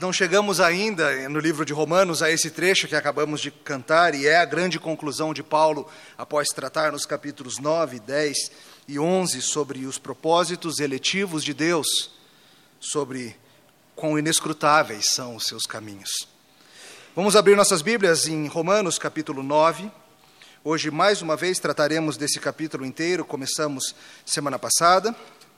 Não chegamos ainda no livro de Romanos a esse trecho que acabamos de cantar, e é a grande conclusão de Paulo, após tratar nos capítulos 9, 10 e 11 sobre os propósitos eletivos de Deus, sobre quão inescrutáveis são os seus caminhos. Vamos abrir nossas Bíblias em Romanos capítulo 9. Hoje, mais uma vez, trataremos desse capítulo inteiro. Começamos semana passada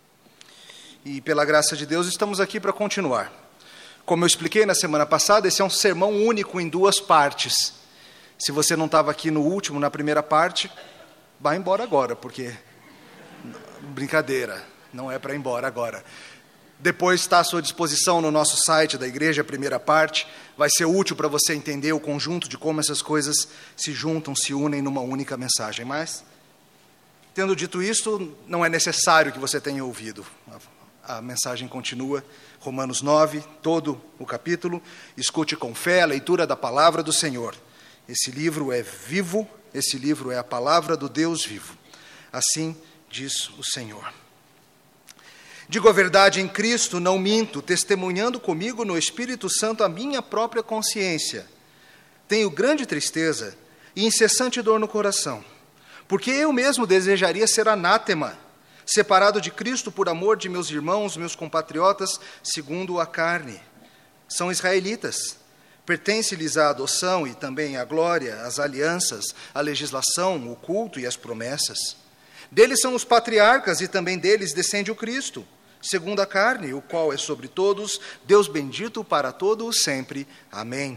e, pela graça de Deus, estamos aqui para continuar. Como eu expliquei na semana passada, esse é um sermão único em duas partes. Se você não estava aqui no último, na primeira parte, vá embora agora, porque... Brincadeira, não é para ir embora agora. Depois está à sua disposição no nosso site da igreja, a primeira parte. Vai ser útil para você entender o conjunto de como essas coisas se juntam, se unem numa única mensagem. Mas, tendo dito isto, não é necessário que você tenha ouvido. A mensagem continua, Romanos 9, todo o capítulo. Escute com fé a leitura da palavra do Senhor. Esse livro é vivo, esse livro é a palavra do Deus vivo. Assim diz o Senhor. Digo a verdade em Cristo, não minto, testemunhando comigo no Espírito Santo a minha própria consciência. Tenho grande tristeza e incessante dor no coração, porque eu mesmo desejaria ser anátema, separado de Cristo por amor de meus irmãos, meus compatriotas, segundo a carne. São israelitas. Pertence-lhes a adoção e também a glória, as alianças, a legislação, o culto e as promessas. Deles são os patriarcas e também deles descende o Cristo, segundo a carne, o qual é sobre todos, Deus bendito para todos sempre. Amém.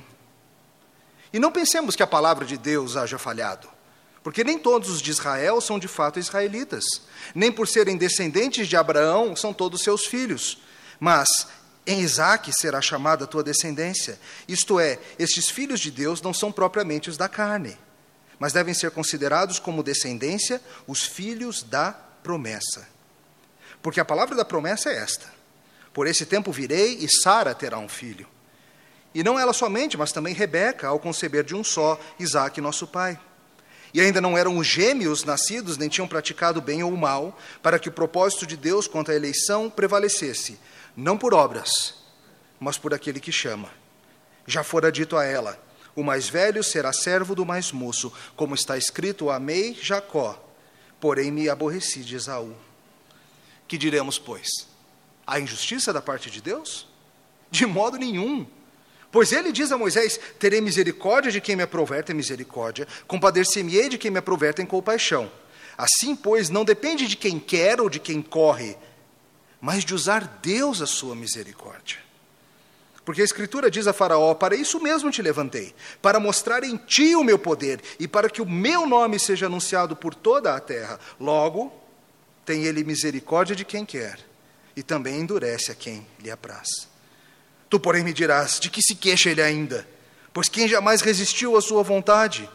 E não pensemos que a palavra de Deus haja falhado, porque nem todos os de Israel são de fato israelitas, nem por serem descendentes de Abraão são todos seus filhos, mas em Isaque será chamada a tua descendência. Isto é, estes filhos de Deus não são propriamente os da carne, mas devem ser considerados como descendência os filhos da promessa. Porque a palavra da promessa é esta: por esse tempo virei e Sara terá um filho. E não ela somente, mas também Rebeca, ao conceber de um só, Isaque nosso pai. E ainda não eram os gêmeos nascidos, nem tinham praticado bem ou mal, para que o propósito de Deus quanto à eleição prevalecesse, não por obras, mas por aquele que chama. Já fora dito a ela: o mais velho será servo do mais moço, como está escrito: amei Jacó, porém me aborreci de Esaú. Que diremos, pois? Há injustiça da parte de Deus? De modo nenhum. Pois ele diz a Moisés: terei misericórdia de quem me aprover ter misericórdia, compadecer-me-ei de quem me aprover ter compaixão. Assim, pois, não depende de quem quer ou de quem corre, mas de usar Deus a sua misericórdia. Porque a Escritura diz a Faraó: para isso mesmo te levantei, para mostrar em ti o meu poder, e para que o meu nome seja anunciado por toda a terra. Logo, tem ele misericórdia de quem quer, e também endurece a quem lhe apraz. Tu, porém, me dirás: de que se queixa ele ainda? Pois quem jamais resistiu à sua vontade?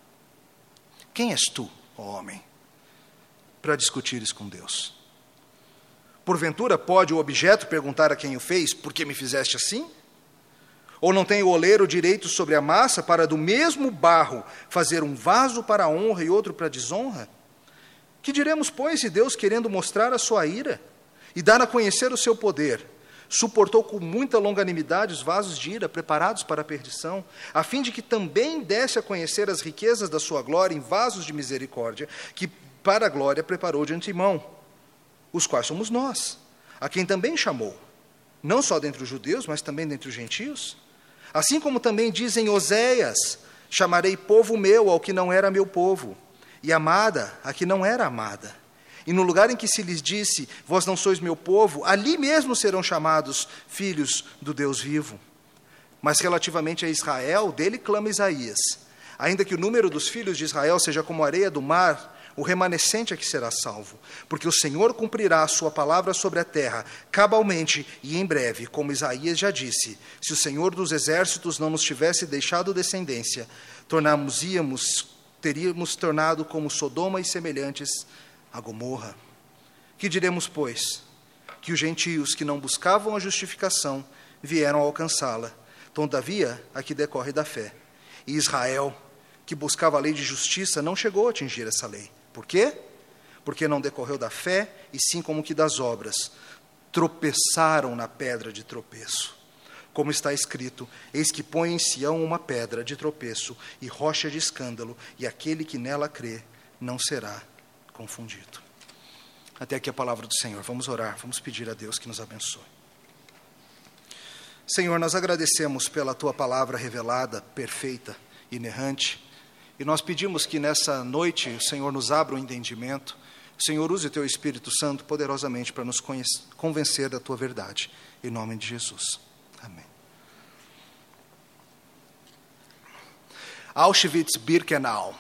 Quem és tu, ó homem, para discutires com Deus? Porventura pode o objeto perguntar a quem o fez: por que me fizeste assim? Ou não tem o oleiro direito sobre a massa para do mesmo barro fazer um vaso para a honra e outro para a desonra? Que diremos, pois, se Deus, querendo mostrar a sua ira e dar a conhecer o seu poder, suportou com muita longanimidade os vasos de ira preparados para a perdição, a fim de que também desse a conhecer as riquezas da sua glória em vasos de misericórdia, que para a glória preparou de antemão, os quais somos nós, a quem também chamou, não só dentre os judeus, mas também dentre os gentios? Assim como também dizem Oséias: chamarei povo meu ao que não era meu povo, e amada a que não era amada. E no lugar em que se lhes disse: vós não sois meu povo, ali mesmo serão chamados filhos do Deus vivo. Mas relativamente a Israel, dele clama Isaías: ainda que o número dos filhos de Israel seja como a areia do mar, o remanescente é que será salvo, porque o Senhor cumprirá a sua palavra sobre a terra, cabalmente e em breve, como Isaías já disse: se o Senhor dos exércitos não nos tivesse deixado descendência, teríamos tornado como Sodoma e semelhantes a Gomorra. Que diremos, pois? Que os gentios que não buscavam a justificação vieram alcançá-la, todavia a que decorre da fé. E Israel, que buscava a lei de justiça, não chegou a atingir essa lei. Por quê? Porque não decorreu da fé, e sim como que das obras. Tropeçaram na pedra de tropeço. como está escrito: eis que põe em Sião uma pedra de tropeço e rocha de escândalo, e aquele que nela crê não será confundido. Até aqui a palavra do Senhor. Vamos orar, vamos pedir a Deus que nos abençoe. Senhor, nós agradecemos pela Tua palavra revelada, perfeita, inerrante, e nós pedimos que nessa noite o Senhor nos abra o entendimento, o Senhor use o Teu Espírito Santo poderosamente para nos convencer da Tua verdade, em nome de Jesus. Amém. Auschwitz-Birkenau.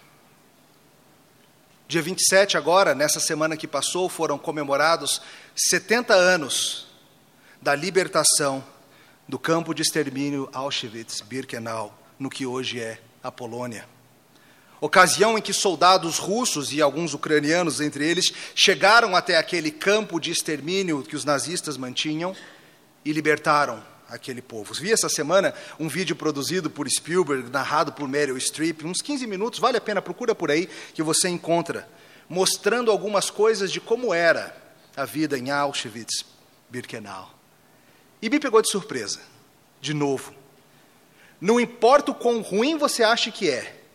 Dia 27 agora, nessa semana que passou, foram comemorados 70 anos da libertação do campo de extermínio Auschwitz-Birkenau, no que hoje é a Polônia. Ocasião em que soldados russos e alguns ucranianos, entre eles, chegaram até aquele campo de extermínio que os nazistas mantinham e libertaram aquele povo. Vi essa semana um vídeo produzido por Spielberg, narrado por Meryl Streep, uns 15 minutos, vale a pena, procura por aí, que você encontra, mostrando algumas coisas de como era a vida em Auschwitz-Birkenau. E me pegou de surpresa, de novo. Não importa o quão ruim você acha que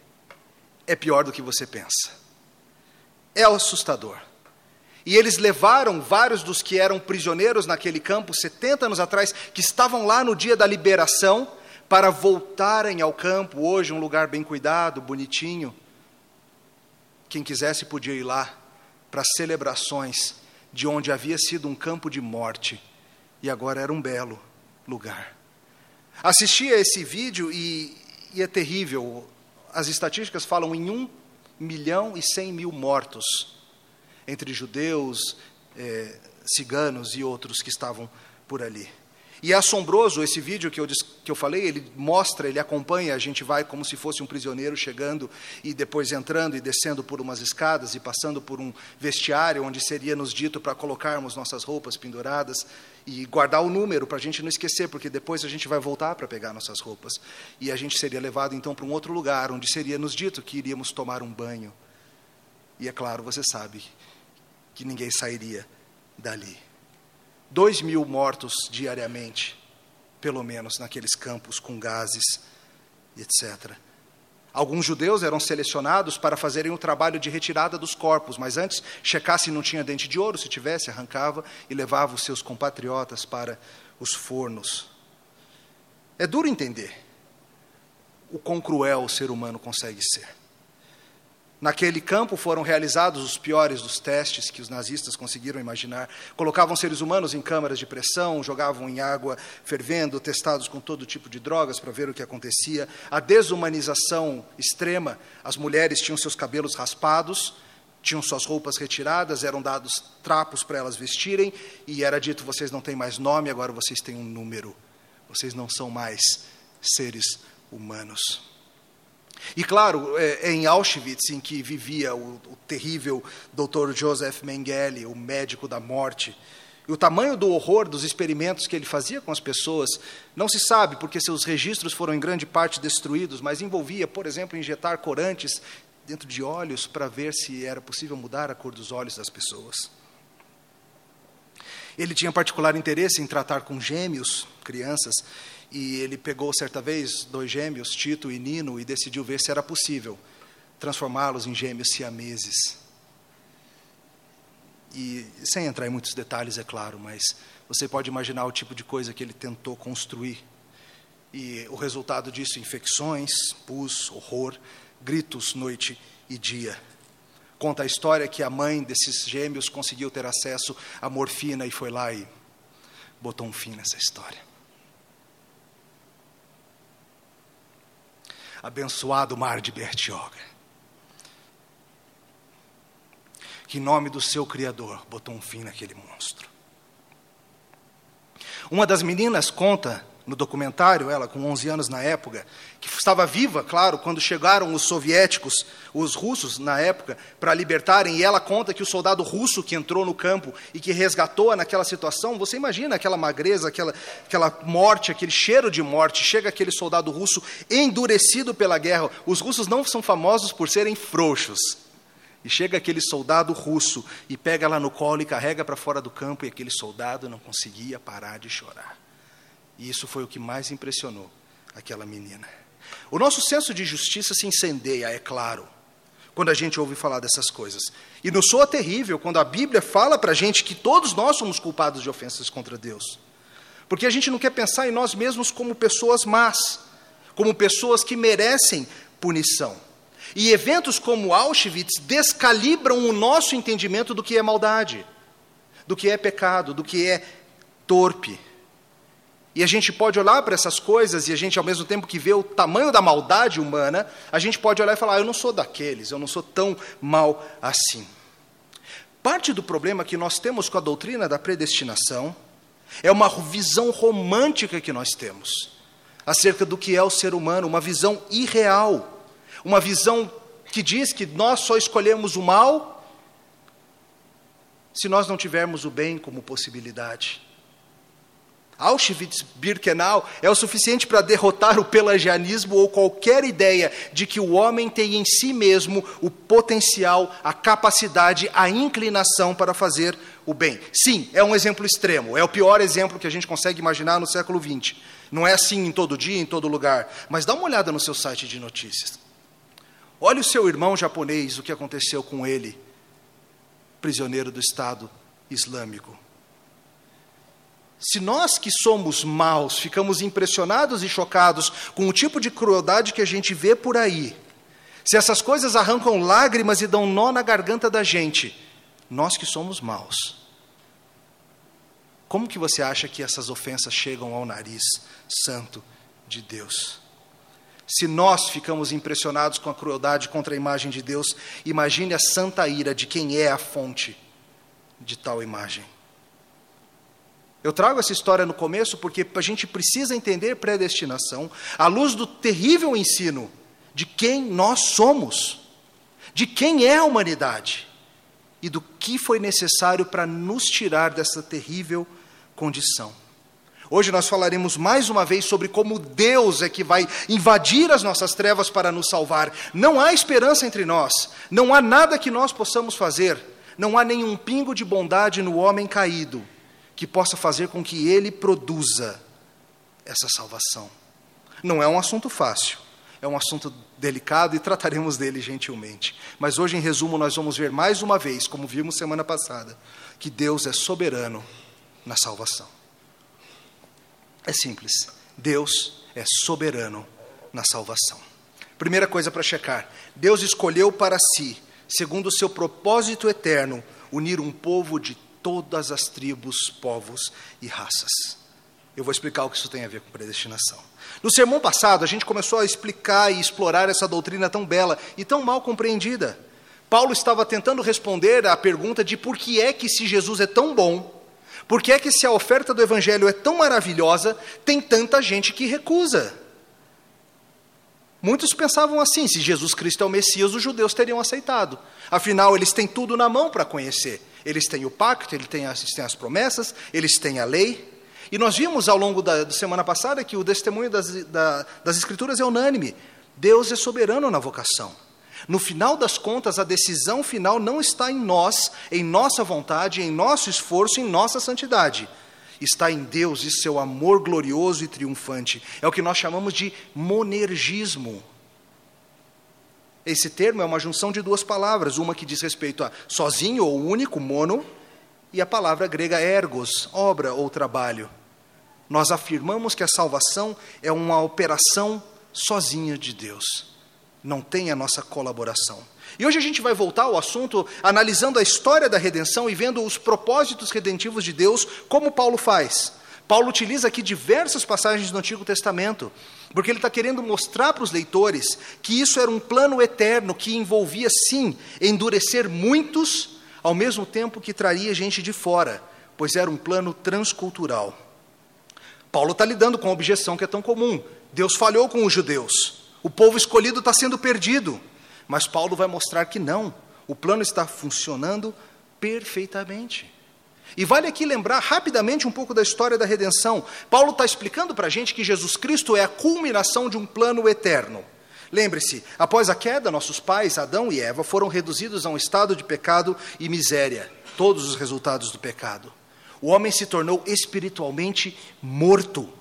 é pior do que você pensa. É assustador. E eles levaram vários dos que eram prisioneiros naquele campo, 70 anos atrás, que estavam lá no dia da liberação, para voltarem ao campo, hoje um lugar bem cuidado, bonitinho. Quem quisesse podia ir lá para celebrações de onde havia sido um campo de morte, e agora era um belo lugar. Assisti a esse vídeo e é terrível. As estatísticas falam em 1.100.000 mortos, entre judeus, ciganos e outros que estavam por ali. E é assombroso esse vídeo que eu falei, ele mostra, ele acompanha, a gente vai como se fosse um prisioneiro chegando e depois entrando e descendo por umas escadas e passando por um vestiário onde seria nos dito para colocarmos nossas roupas penduradas e guardar o número para a gente não esquecer, porque depois a gente vai voltar para pegar nossas roupas. E a gente seria levado então para um outro lugar, onde seria nos dito que iríamos tomar um banho. E é claro, você sabe que ninguém sairia dali. 2.000 mortos diariamente, pelo menos naqueles campos com gases, etc. Alguns judeus eram selecionados para fazerem o trabalho de retirada dos corpos, mas antes checar se não tinha dente de ouro, se tivesse, arrancava e levava os seus compatriotas para os fornos. É duro entender o quão cruel o ser humano consegue ser. Naquele campo foram realizados os piores dos testes que os nazistas conseguiram imaginar. Colocavam seres humanos em câmaras de pressão, jogavam em água fervendo, testados com todo tipo de drogas para ver o que acontecia. A desumanização extrema, as mulheres tinham seus cabelos raspados, tinham suas roupas retiradas, eram dados trapos para elas vestirem, e era dito: vocês não têm mais nome, agora vocês têm um número. Vocês não são mais seres humanos. E claro, é em Auschwitz em que vivia o terrível Dr. Joseph Mengele, o médico da morte. E o tamanho do horror dos experimentos que ele fazia com as pessoas não se sabe, porque seus registros foram em grande parte destruídos, mas envolvia, por exemplo, injetar corantes dentro de olhos para ver se era possível mudar a cor dos olhos das pessoas. Ele tinha particular interesse em tratar com gêmeos, crianças, e ele pegou certa vez 2 gêmeos, Tito e Nino, e decidiu ver se era possível transformá-los em gêmeos siameses. E sem entrar em muitos detalhes, é claro, mas você pode imaginar o tipo de coisa que ele tentou construir. E o resultado disso: infecções, pus, horror, gritos noite e dia. Conta a história que a mãe desses gêmeos conseguiu ter acesso à morfina e foi lá e botou um fim nessa história. Abençoado mar de Bertioga, que em nome do seu Criador botou um fim naquele monstro. Uma das meninas conta no documentário, ela com 11 anos na época, que estava viva, claro, quando chegaram os soviéticos, os russos na época, para libertarem, e ela conta que o soldado russo que entrou no campo e que resgatou-a naquela situação, você imagina aquela magreza, aquela morte, aquele cheiro de morte, chega aquele soldado russo endurecido pela guerra. Os russos não são famosos por serem frouxos. E chega aquele soldado russo e pega ela no colo e carrega para fora do campo, e aquele soldado não conseguia parar de chorar. E isso foi o que mais impressionou aquela menina. O nosso senso de justiça se incendeia, é claro, quando a gente ouve falar dessas coisas. E nos soa terrível quando a Bíblia fala para a gente que todos nós somos culpados de ofensas contra Deus. Porque a gente não quer pensar em nós mesmos como pessoas más, como pessoas que merecem punição. E eventos como Auschwitz descalibram o nosso entendimento do que é maldade, do que é pecado, do que é torpe. E a gente pode olhar para essas coisas e a gente, ao mesmo tempo que vê o tamanho da maldade humana, a gente pode olhar e falar, eu não sou daqueles, eu não sou tão mal assim. Parte do problema que nós temos com a doutrina da predestinação é uma visão romântica que nós temos acerca do que é o ser humano, uma visão irreal, uma visão que diz que nós só escolhemos o mal se nós não tivermos o bem como possibilidade. Auschwitz-Birkenau é o suficiente para derrotar o pelagianismo ou qualquer ideia de que o homem tem em si mesmo o potencial, a capacidade, a inclinação para fazer o bem. Sim, é um exemplo extremo, é o pior exemplo que a gente consegue imaginar no século XX. Não é assim em todo dia, em todo lugar, mas dá uma olhada no seu site de notícias. Olha o seu irmão japonês, o que aconteceu com ele, prisioneiro do Estado Islâmico. Se nós que somos maus ficamos impressionados e chocados com o tipo de crueldade que a gente vê por aí, se essas coisas arrancam lágrimas e dão nó na garganta da gente, nós que somos maus, como que você acha que essas ofensas chegam ao nariz santo de Deus? Se nós ficamos impressionados com a crueldade contra a imagem de Deus, imagine a santa ira de quem é a fonte de tal imagem. Eu trago essa história no começo porque a gente precisa entender predestinação à luz do terrível ensino de quem nós somos, de quem é a humanidade e do que foi necessário para nos tirar dessa terrível condição. Hoje nós falaremos mais uma vez sobre como Deus é que vai invadir as nossas trevas para nos salvar. Não há esperança entre nós, não há nada que nós possamos fazer, não há nenhum pingo de bondade no homem caído que possa fazer com que ele produza essa salvação. Não é um assunto fácil, é um assunto delicado e trataremos dele gentilmente. Mas hoje, em resumo, nós vamos ver mais uma vez, como vimos semana passada, que Deus é soberano na salvação. É simples, Deus é soberano na salvação. Primeira coisa para checar, Deus escolheu para si, segundo o seu propósito eterno, unir um povo de todas as tribos, povos e raças. Eu vou explicar o que isso tem a ver com predestinação. No sermão passado, a gente começou a explicar e explorar essa doutrina tão bela e tão mal compreendida. Paulo estava tentando responder à pergunta de por que é que, se Jesus é tão bom, por que é que, se a oferta do Evangelho é tão maravilhosa, tem tanta gente que recusa? Muitos pensavam assim, se Jesus Cristo é o Messias, os judeus teriam aceitado. Afinal, eles têm tudo na mão para conhecer. Eles têm o pacto, eles têm as promessas, eles têm a lei. E nós vimos ao longo da semana passada que o testemunho das Escrituras é unânime. Deus é soberano na vocação. No final das contas, a decisão final não está em nós, em nossa vontade, em nosso esforço, em nossa santidade. Está em Deus e seu amor glorioso e triunfante. É o que nós chamamos de monergismo. Esse termo é uma junção de duas palavras, uma que diz respeito a sozinho ou único, mono, e a palavra grega ergos, obra ou trabalho. Nós afirmamos que a salvação é uma operação sozinha de Deus. Não tem a nossa colaboração. E hoje a gente vai voltar ao assunto analisando a história da redenção e vendo os propósitos redentivos de Deus, como Paulo faz. Paulo utiliza aqui diversas passagens do Antigo Testamento, porque ele está querendo mostrar para os leitores que isso era um plano eterno que envolvia, sim, endurecer muitos, ao mesmo tempo que traria gente de fora, pois era um plano transcultural. Paulo está lidando com a objeção que é tão comum. Deus falhou com os judeus. O povo escolhido está sendo perdido. Mas Paulo vai mostrar que não. O plano está funcionando perfeitamente. E vale aqui lembrar rapidamente um pouco da história da redenção. Paulo está explicando para a gente que Jesus Cristo é a culminação de um plano eterno. Lembre-se, após a queda, nossos pais, Adão e Eva, foram reduzidos a um estado de pecado e miséria. Todos os resultados do pecado. O homem se tornou espiritualmente morto.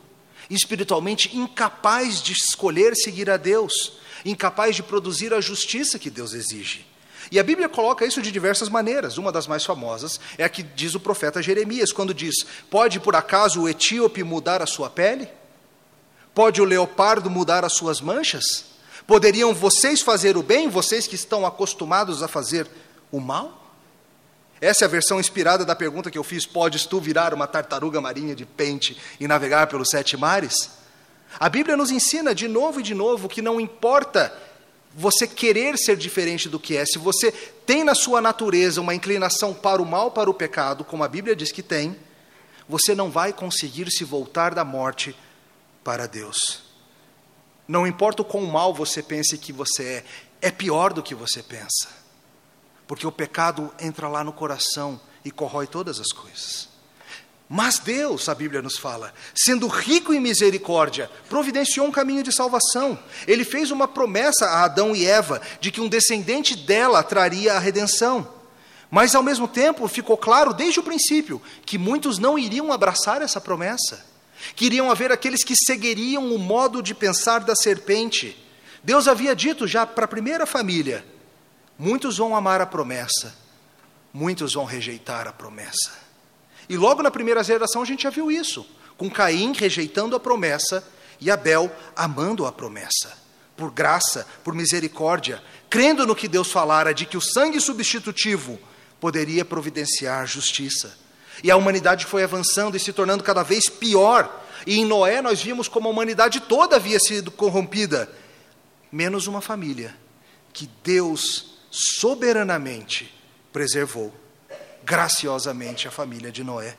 espiritualmente incapaz de escolher seguir a Deus, incapaz de produzir a justiça que Deus exige. E a Bíblia coloca isso de diversas maneiras. Uma das mais famosas é a que diz o profeta Jeremias, quando diz: pode por acaso o etíope mudar a sua pele? Pode o leopardo mudar as suas manchas? Poderiam vocês fazer o bem, vocês que estão acostumados a fazer o mal? Essa é a versão inspirada da pergunta que eu fiz: podes tu virar uma tartaruga marinha de pente e navegar pelos 7 mares? A Bíblia nos ensina de novo que não importa você querer ser diferente do que é, se você tem na sua natureza uma inclinação para o mal, para o pecado, como a Bíblia diz que tem, você não vai conseguir se voltar da morte para Deus. Não importa o quão mal você pense que você é pior do que você pensa, porque o pecado entra lá no coração e corrói todas as coisas. Mas Deus, a Bíblia nos fala, sendo rico em misericórdia, providenciou um caminho de salvação. Ele fez uma promessa a Adão e Eva de que um descendente dela traria a redenção. Mas ao mesmo tempo ficou claro desde o princípio que muitos não iriam abraçar essa promessa. Que iriam haver aqueles que seguiriam o modo de pensar da serpente. Deus havia dito já para a primeira família: muitos vão amar a promessa, muitos vão rejeitar a promessa. E logo na primeira geração a gente já viu isso, com Caim rejeitando a promessa e Abel amando a promessa, por graça, por misericórdia, crendo no que Deus falara de que o sangue substitutivo poderia providenciar justiça. E a humanidade foi avançando e se tornando cada vez pior. E em Noé nós vimos como a humanidade toda havia sido corrompida, menos uma família que Deus soberanamente preservou. Graciosamente a família de Noé.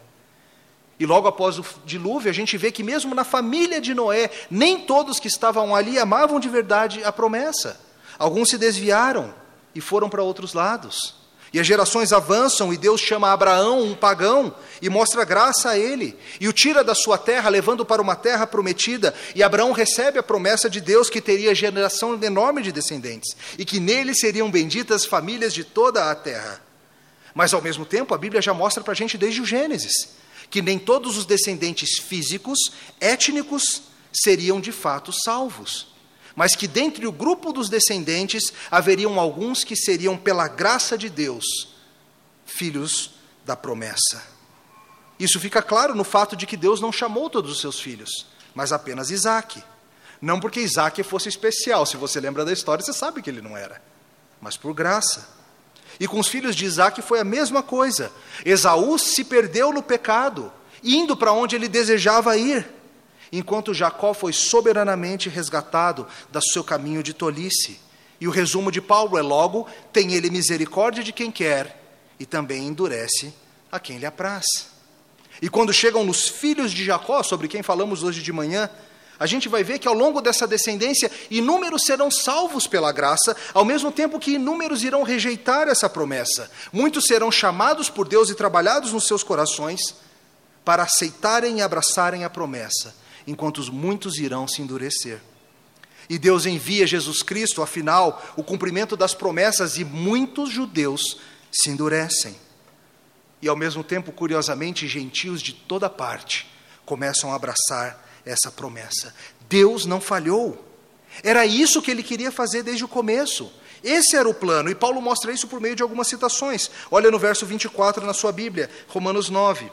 E logo após o dilúvio, a gente vê que mesmo na família de Noé, nem todos que estavam ali amavam de verdade a promessa. Alguns se desviaram e foram para outros lados. E as gerações avançam e Deus chama Abraão, um pagão, e mostra graça a ele. E o tira da sua terra, levando para uma terra prometida. E Abraão recebe a promessa de Deus que teria geração enorme de descendentes. E que nele seriam benditas famílias de toda a terra. Mas, ao mesmo tempo, a Bíblia já mostra para a gente desde o Gênesis, que nem todos os descendentes físicos, étnicos, seriam de fato salvos. Mas que dentre o grupo dos descendentes, haveriam alguns que seriam, pela graça de Deus, filhos da promessa. Isso fica claro no fato de que Deus não chamou todos os seus filhos, mas apenas Isaque. Não porque Isaque fosse especial, se você lembra da história, você sabe que ele não era, mas por graça. E com os filhos de Isaque foi a mesma coisa. Esaú se perdeu no pecado, indo para onde ele desejava ir, enquanto Jacó foi soberanamente resgatado do seu caminho de tolice. E o resumo de Paulo é logo: tem ele misericórdia de quem quer, e também endurece a quem lhe apraz. E quando chegam nos filhos de Jacó, sobre quem falamos hoje de manhã, a gente vai ver que ao longo dessa descendência, inúmeros serão salvos pela graça, ao mesmo tempo que inúmeros irão rejeitar essa promessa. Muitos serão chamados por Deus e trabalhados nos seus corações para aceitarem e abraçarem a promessa, enquanto os muitos irão se endurecer. E Deus envia Jesus Cristo, afinal, o cumprimento das promessas, e muitos judeus se endurecem. E ao mesmo tempo, curiosamente, gentios de toda parte começam a abraçar essa promessa. Deus não falhou. Era isso que ele queria fazer desde o começo. Esse era o plano, e Paulo mostra isso por meio de algumas citações. Olha no verso 24 na sua Bíblia, Romanos 9,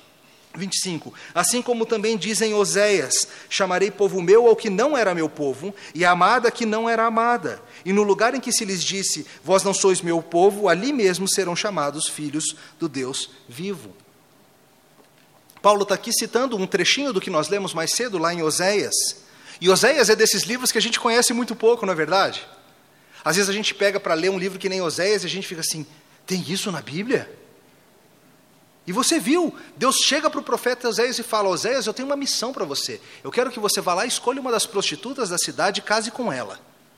25. Assim como também dizem Oséias: chamarei povo meu ao que não era meu povo, e amada que não era amada. E no lugar em que se lhes disse: vós não sois meu povo, ali mesmo serão chamados filhos do Deus vivo. Paulo está aqui citando um trechinho do que nós lemos mais cedo lá em Oséias. E Oséias é desses livros que a gente conhece muito pouco, não é verdade? Às vezes a gente pega para ler um livro que nem Oséias e a gente fica assim: tem isso na Bíblia? E você viu, Deus chega para o profeta Oséias e fala: Oséias, eu tenho uma missão para você. Eu quero que você vá lá e escolha uma das prostitutas da cidade e case com ela.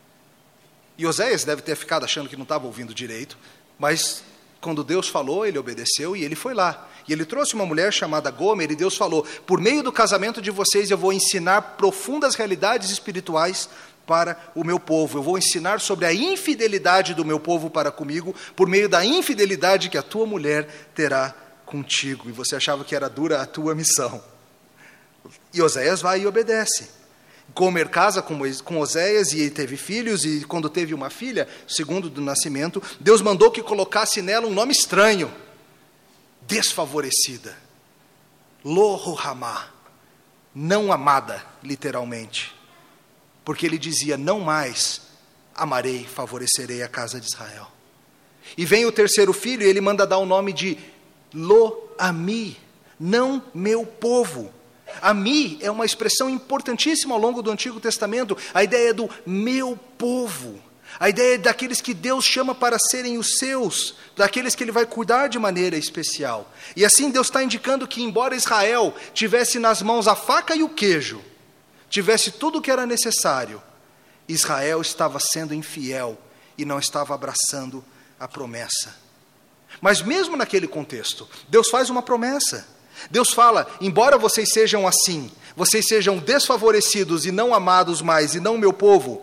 E Oséias deve ter ficado achando que não estava ouvindo direito, mas quando Deus falou, ele obedeceu e ele foi lá. E ele trouxe uma mulher chamada Gomer, e Deus falou: por meio do casamento de vocês eu vou ensinar profundas realidades espirituais para o meu povo. Eu vou ensinar sobre a infidelidade do meu povo para comigo, por meio da infidelidade que a tua mulher terá contigo. E você achava que era dura a tua missão. E Oséias vai e obedece. Gomer casa com Oséias e ele teve filhos, e quando teve uma filha, segundo do nascimento, Deus mandou que colocasse nela um nome estranho, desfavorecida, Lo-Ruhamá, não amada, literalmente, porque ele dizia, não mais amarei, favorecerei a casa de Israel. E vem o terceiro filho e ele manda dar o nome de Lo-Ami, não meu povo. Ami é uma expressão importantíssima ao longo do Antigo Testamento, a ideia do meu povo, a ideia daqueles que Deus chama para serem os seus, daqueles que Ele vai cuidar de maneira especial. E assim Deus está indicando que, embora Israel tivesse nas mãos a faca e o queijo, tivesse tudo o que era necessário, Israel estava sendo infiel e não estava abraçando a promessa. Mas mesmo naquele contexto, Deus faz uma promessa. Deus fala, embora vocês sejam assim, vocês sejam desfavorecidos e não amados mais, e não meu povo,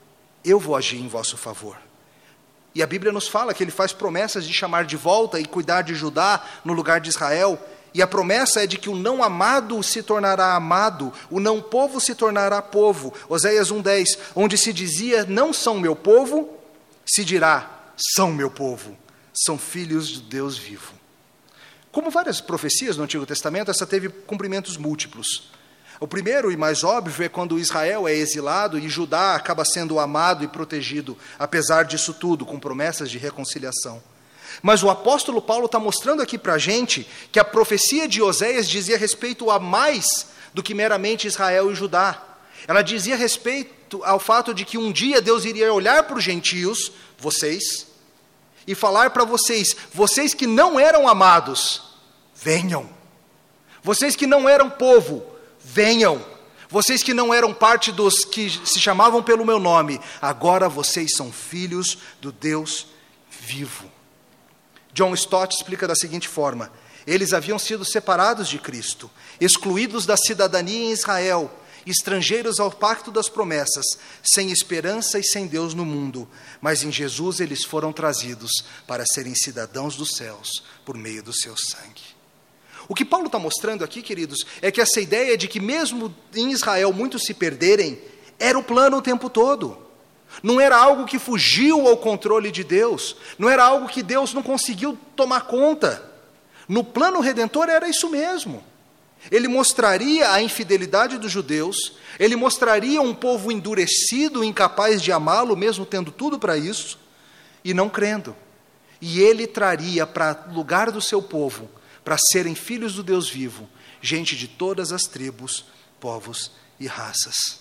eu vou agir em vosso favor. E a Bíblia nos fala que Ele faz promessas de chamar de volta e cuidar de Judá no lugar de Israel, e a promessa é de que o não amado se tornará amado, o não povo se tornará povo. Oséias 1:10, onde se dizia, não são meu povo, se dirá, são meu povo, são filhos de Deus vivo. Como várias profecias no Antigo Testamento, essa teve cumprimentos múltiplos. O primeiro e mais óbvio é quando Israel é exilado e Judá acaba sendo amado e protegido, apesar disso tudo, com promessas de reconciliação. Mas o apóstolo Paulo está mostrando aqui para a gente que a profecia de Oséias dizia respeito a mais do que meramente Israel e Judá. Ela dizia respeito ao fato de que um dia Deus iria olhar para os gentios, vocês, e falar para vocês, vocês que não eram amados, venham. Vocês que não eram povo, venham. Vocês que não eram parte dos que se chamavam pelo meu nome, agora vocês são filhos do Deus vivo. John Stott explica da seguinte forma, eles haviam sido separados de Cristo, excluídos da cidadania em Israel, estrangeiros ao pacto das promessas, sem esperança e sem Deus no mundo, mas em Jesus eles foram trazidos para serem cidadãos dos céus, por meio do seu sangue. O que Paulo está mostrando aqui, queridos, é que essa ideia de que mesmo em Israel muitos se perderem, era o plano o tempo todo. Não era algo que fugiu ao controle de Deus, não era algo que Deus não conseguiu tomar conta. No plano redentor era isso mesmo. Ele mostraria a infidelidade dos judeus, ele mostraria um povo endurecido, incapaz de amá-lo, mesmo tendo tudo para isso, e não crendo. E ele traria para o lugar do seu povo, para serem filhos do Deus vivo, gente de todas as tribos, povos e raças.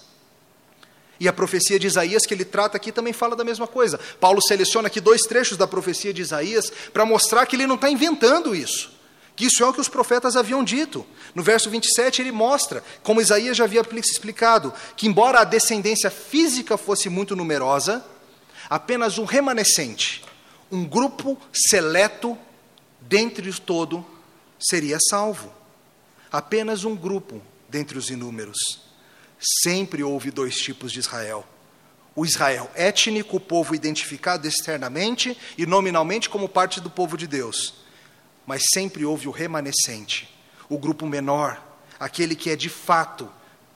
E a profecia de Isaías que ele trata aqui também fala da mesma coisa. Paulo seleciona aqui 2 trechos da profecia de Isaías para mostrar que ele não está inventando isso. Que isso é o que os profetas haviam dito. No verso 27 ele mostra, como Isaías já havia explicado, que embora a descendência física fosse muito numerosa, apenas um remanescente, um grupo seleto dentre os todo, seria salvo. Apenas um grupo dentre os inúmeros. Sempre houve 2 tipos de Israel. O Israel étnico, o povo identificado externamente e nominalmente como parte do povo de Deus. Mas sempre houve o remanescente, o grupo menor, aquele que é de fato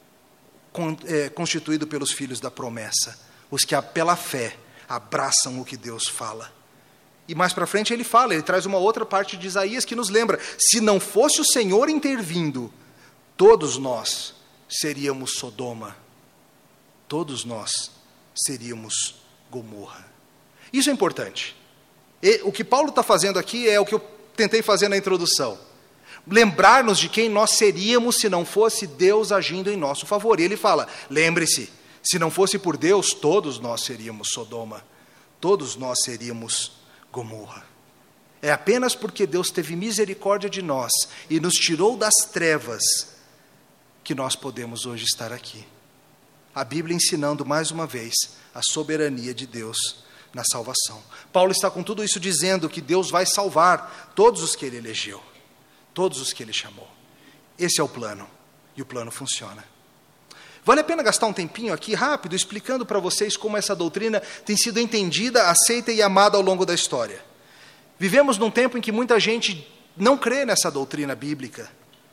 constituído pelos filhos da promessa, os que pela fé abraçam o que Deus fala. E mais para frente ele traz uma outra parte de Isaías que nos lembra, se não fosse o Senhor intervindo, todos nós seríamos Sodoma, todos nós seríamos Gomorra. Isso é importante. E o que Paulo está fazendo aqui é o que eu tentei fazer na introdução. Lembrar-nos de quem nós seríamos se não fosse Deus agindo em nosso favor. E ele fala, lembre-se, se não fosse por Deus, todos nós seríamos Sodoma, todos nós seríamos Gomorra. É apenas porque Deus teve misericórdia de nós e nos tirou das trevas que nós podemos hoje estar aqui. A Bíblia ensinando mais uma vez a soberania de Deus na salvação. Paulo está com tudo isso dizendo que Deus vai salvar todos os que Ele elegeu, todos os que Ele chamou. Esse é o plano, e o plano funciona. Vale a pena gastar um tempinho aqui, rápido, explicando para vocês como essa doutrina tem sido entendida, aceita e amada ao longo da história. Vivemos num tempo em que muita gente não crê nessa doutrina bíblica.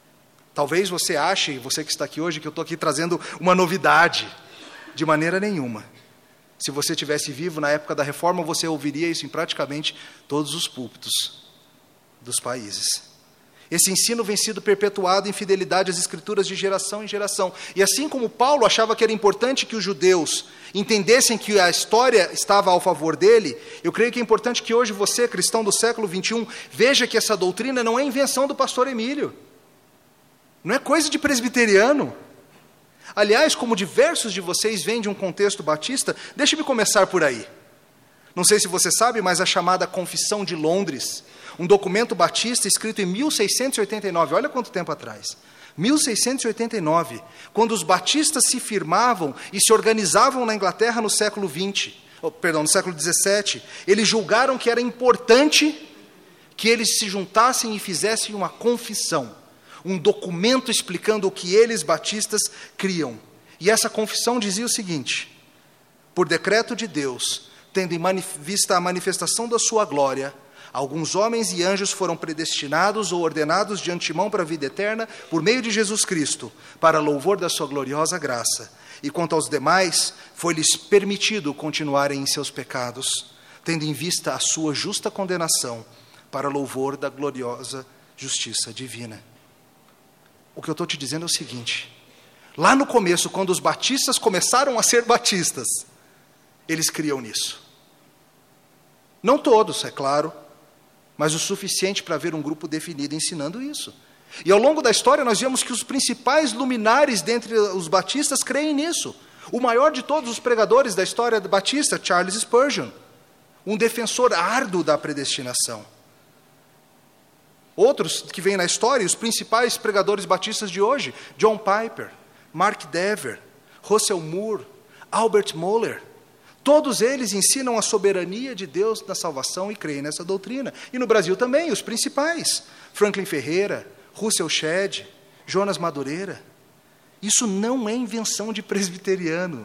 Talvez você ache, você que está aqui hoje, que eu estou aqui trazendo uma novidade. De maneira nenhuma. Se você estivesse vivo na época da Reforma, você ouviria isso em praticamente todos os púlpitos dos países. Esse ensino vem sido perpetuado em fidelidade às Escrituras de geração em geração. E assim como Paulo achava que era importante que os judeus entendessem que a história estava ao favor dele, eu creio que é importante que hoje você, cristão do século XXI, veja que essa doutrina não é invenção do pastor Emílio. Não é coisa de presbiteriano. Aliás, como diversos de vocês vêm de um contexto batista, deixe-me começar por aí. Não sei se você sabe, mas a chamada Confissão de Londres, um documento batista escrito em 1689, olha quanto tempo atrás, 1689, quando os batistas se firmavam e se organizavam na Inglaterra no século no século XVII, eles julgaram que era importante que eles se juntassem e fizessem uma confissão, um documento explicando o que eles, batistas, criam. E essa confissão dizia o seguinte: por decreto de Deus, tendo em vista a manifestação da sua glória, alguns homens e anjos foram predestinados ou ordenados de antemão para a vida eterna, por meio de Jesus Cristo, para louvor da sua gloriosa graça. E quanto aos demais, foi-lhes permitido continuarem em seus pecados, tendo em vista a sua justa condenação, para louvor da gloriosa justiça divina. O que eu estou te dizendo é o seguinte: lá no começo, quando os batistas começaram a ser batistas, eles criam nisso. Não todos, é claro, mas o suficiente para ver um grupo definido ensinando isso. E ao longo da história nós vemos que os principais luminares dentre os batistas creem nisso. O maior de todos os pregadores da história batista, Charles Spurgeon, um defensor árduo da predestinação. Outros que vêm na história, os principais pregadores batistas de hoje, John Piper, Mark Dever, Russell Moore, Albert Mohler, todos eles ensinam a soberania de Deus na salvação e creem nessa doutrina. E no Brasil também, os principais, Franklin Ferreira, Russell Shedd, Jonas Madureira. Isso não é invenção de presbiteriano.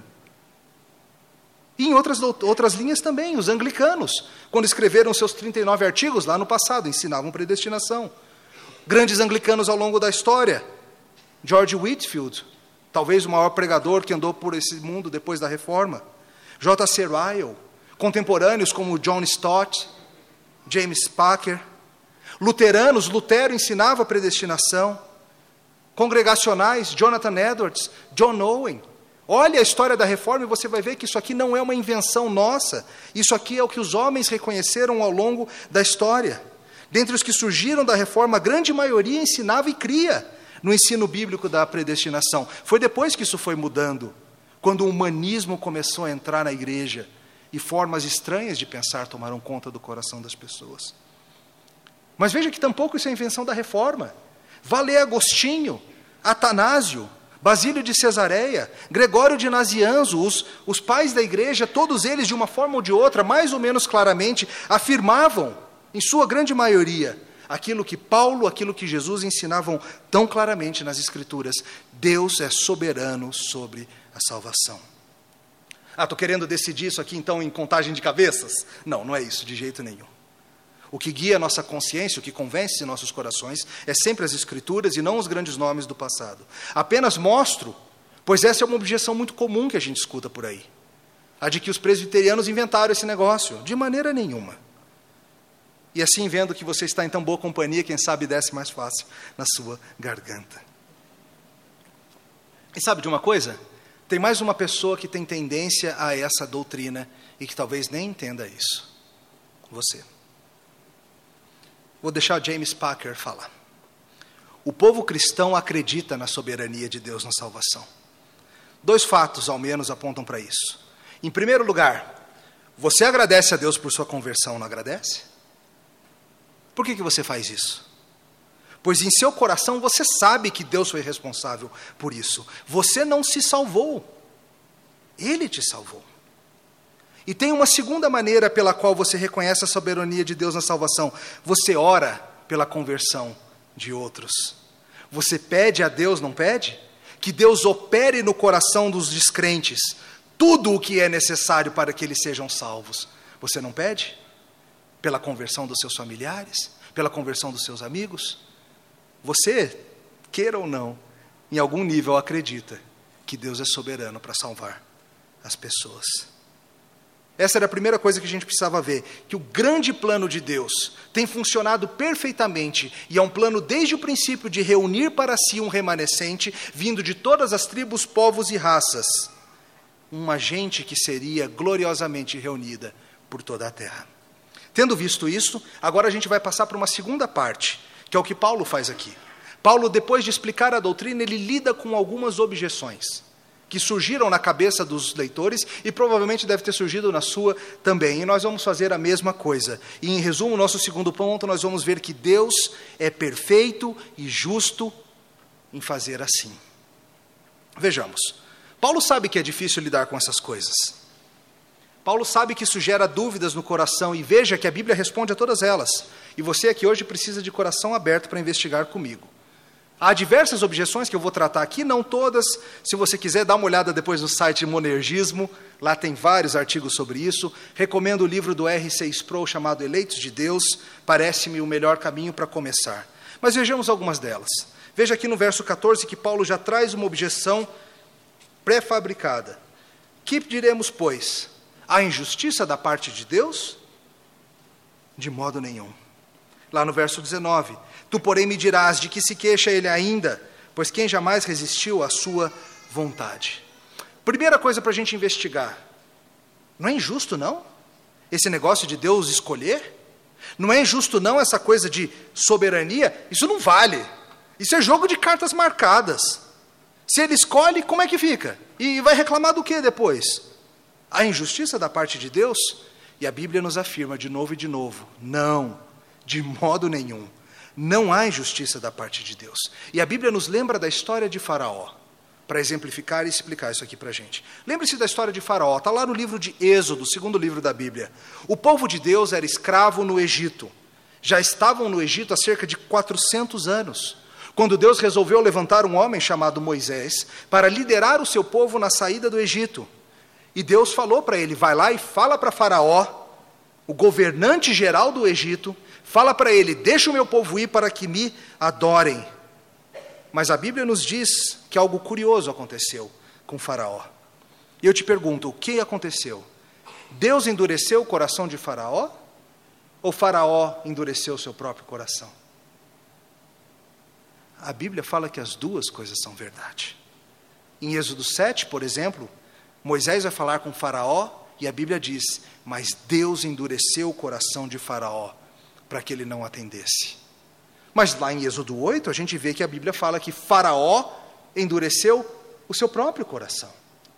E em outras linhas também, os anglicanos, quando escreveram seus 39 artigos lá no passado, ensinavam predestinação. Grandes anglicanos ao longo da história, George Whitefield, talvez o maior pregador que andou por esse mundo depois da Reforma, J.C. Ryle, contemporâneos como John Stott, James Packer, luteranos, Lutero ensinava predestinação, congregacionais, Jonathan Edwards, John Owen. Olha a história da Reforma e você vai ver que isso aqui não é uma invenção nossa. Isso aqui é o que os homens reconheceram ao longo da história. Dentre os que surgiram da Reforma, a grande maioria ensinava e cria no ensino bíblico da predestinação. Foi depois que isso foi mudando, quando o humanismo começou a entrar na igreja e formas estranhas de pensar tomaram conta do coração das pessoas. Mas veja que tampouco isso é invenção da Reforma. Vá ler Agostinho, Atanásio, Basílio de Cesareia, Gregório de Nazianzo, os pais da igreja, todos eles, de uma forma ou de outra, mais ou menos claramente, afirmavam, em sua grande maioria, aquilo que Paulo, aquilo que Jesus ensinavam tão claramente nas Escrituras: Deus é soberano sobre a salvação. Estou querendo decidir isso aqui então em contagem de cabeças? Não, não é isso, de jeito nenhum. O que guia a nossa consciência, o que convence nossos corações, é sempre as Escrituras e não os grandes nomes do passado. Apenas mostro, pois essa é uma objeção muito comum que a gente escuta por aí, a de que os presbiterianos inventaram esse negócio. De maneira nenhuma. E assim, vendo que você está em tão boa companhia, quem sabe desce mais fácil na sua garganta. E sabe de uma coisa? Tem mais uma pessoa que tem tendência a essa doutrina e que talvez nem entenda isso. Você. Vou deixar James Packer falar. O povo cristão acredita na soberania de Deus na salvação. 2 fatos, ao menos, apontam para isso. Em primeiro lugar, você agradece a Deus por sua conversão, não agradece? Por que você faz isso? Pois em seu coração você sabe que Deus foi responsável por isso. Você não se salvou. Ele te salvou. E tem uma segunda maneira pela qual você reconhece a soberania de Deus na salvação. Você ora pela conversão de outros. Você pede a Deus, não pede? Que Deus opere no coração dos descrentes tudo o que é necessário para que eles sejam salvos. Você não pede? Pela conversão dos seus familiares? Pela conversão dos seus amigos? Você queira ou não, em algum nível acredita que Deus é soberano para salvar as pessoas. Essa era a primeira coisa que a gente precisava ver, que o grande plano de Deus tem funcionado perfeitamente, e é um plano desde o princípio de reunir para si um remanescente, vindo de todas as tribos, povos e raças, uma gente que seria gloriosamente reunida por toda a terra. Tendo visto isso, agora a gente vai passar para uma segunda parte, que é o que Paulo faz aqui. Paulo, depois de explicar a doutrina, ele lida com algumas objeções que surgiram na cabeça dos leitores e provavelmente deve ter surgido na sua também. E nós vamos fazer a mesma coisa. E, em resumo, nosso segundo ponto, nós vamos ver que Deus é perfeito e justo em fazer assim. Vejamos. Paulo sabe que é difícil lidar com essas coisas. Paulo sabe que isso gera dúvidas no coração, e veja que a Bíblia responde a todas elas. E você aqui hoje precisa de coração aberto para investigar comigo. Há diversas objeções que eu vou tratar aqui, não todas. Se você quiser, dá uma olhada depois no site Monergismo, lá tem vários artigos sobre isso. Recomendo o livro do R6 Pro chamado Eleitos de Deus, parece-me o melhor caminho para começar. Mas vejamos algumas delas. Veja aqui no verso 14 que Paulo já traz uma objeção pré-fabricada. Que diremos, pois? Há injustiça da parte de Deus? De modo nenhum. Lá no verso 19, tu, porém, me dirás de que se queixa ele ainda, pois quem jamais resistiu à sua vontade. Primeira coisa para a gente investigar, não é injusto, não? Esse negócio de Deus escolher? Não é injusto, não, essa coisa de soberania? Isso não vale. Isso é jogo de cartas marcadas. Se ele escolhe, como é que fica? E vai reclamar do que depois? A injustiça da parte de Deus? E a Bíblia nos afirma de novo e de novo, não. De modo nenhum. Não há injustiça da parte de Deus. E a Bíblia nos lembra da história de Faraó, para exemplificar e explicar isso aqui para a gente. Lembre-se da história de Faraó, está lá no livro de Êxodo, segundo livro da Bíblia. O povo de Deus era escravo no Egito. Já estavam no Egito há cerca de 400 anos, quando Deus resolveu levantar um homem chamado Moisés, para liderar o seu povo na saída do Egito. E Deus falou para ele, vai lá e fala para Faraó, o governante geral do Egito, fala para ele, deixa o meu povo ir para que me adorem. Mas a Bíblia nos diz que algo curioso aconteceu com Faraó. E eu te pergunto, o que aconteceu? Deus endureceu o coração de Faraó? Ou Faraó endureceu o seu próprio coração? A Bíblia fala que as duas coisas são verdade. Em Êxodo 7, por exemplo, Moisés vai falar com Faraó e a Bíblia diz, mas Deus endureceu o coração de Faraó para que ele não atendesse. Mas lá em Êxodo 8, a gente vê que a Bíblia fala que Faraó endureceu o seu próprio coração.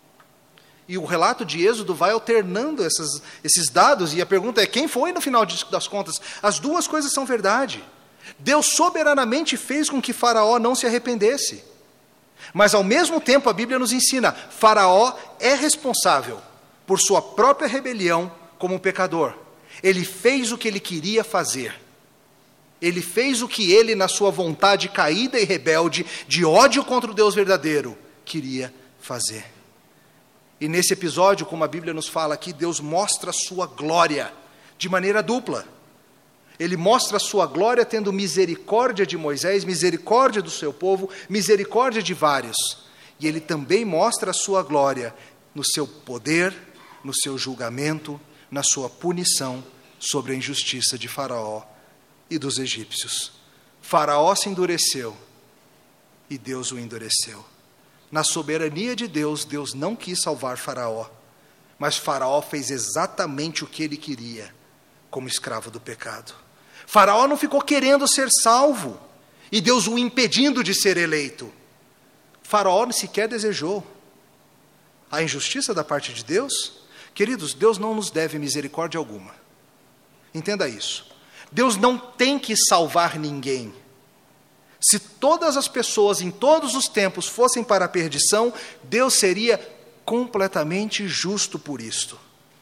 E o relato de Êxodo vai alternando esses dados, e a pergunta é, quem foi no final das contas? As duas coisas são verdade. Deus soberanamente fez com que Faraó não se arrependesse. Mas ao mesmo tempo a Bíblia nos ensina, Faraó é responsável por sua própria rebelião como pecador. Ele fez o que ele queria fazer. Ele fez o que ele, na sua vontade caída e rebelde, de ódio contra o Deus verdadeiro, queria fazer. E nesse episódio, como a Bíblia nos fala aqui, Deus mostra a sua glória de maneira dupla. Ele mostra a sua glória tendo misericórdia de Moisés, misericórdia do seu povo, misericórdia de vários. E ele também mostra a sua glória no seu poder, no seu julgamento, na sua punição sobre a injustiça de Faraó e dos egípcios. Faraó se endureceu e Deus o endureceu. Na soberania de Deus, Deus não quis salvar Faraó, mas Faraó fez exatamente o que ele queria, como escravo do pecado. Faraó não ficou querendo ser salvo, e Deus o impedindo de ser eleito. Faraó sequer desejou. A injustiça da parte de Deus, queridos, Deus não nos deve misericórdia alguma. Entenda isso. Deus não tem que salvar ninguém. Se todas as pessoas em todos os tempos fossem para a perdição, Deus seria completamente justo por isto.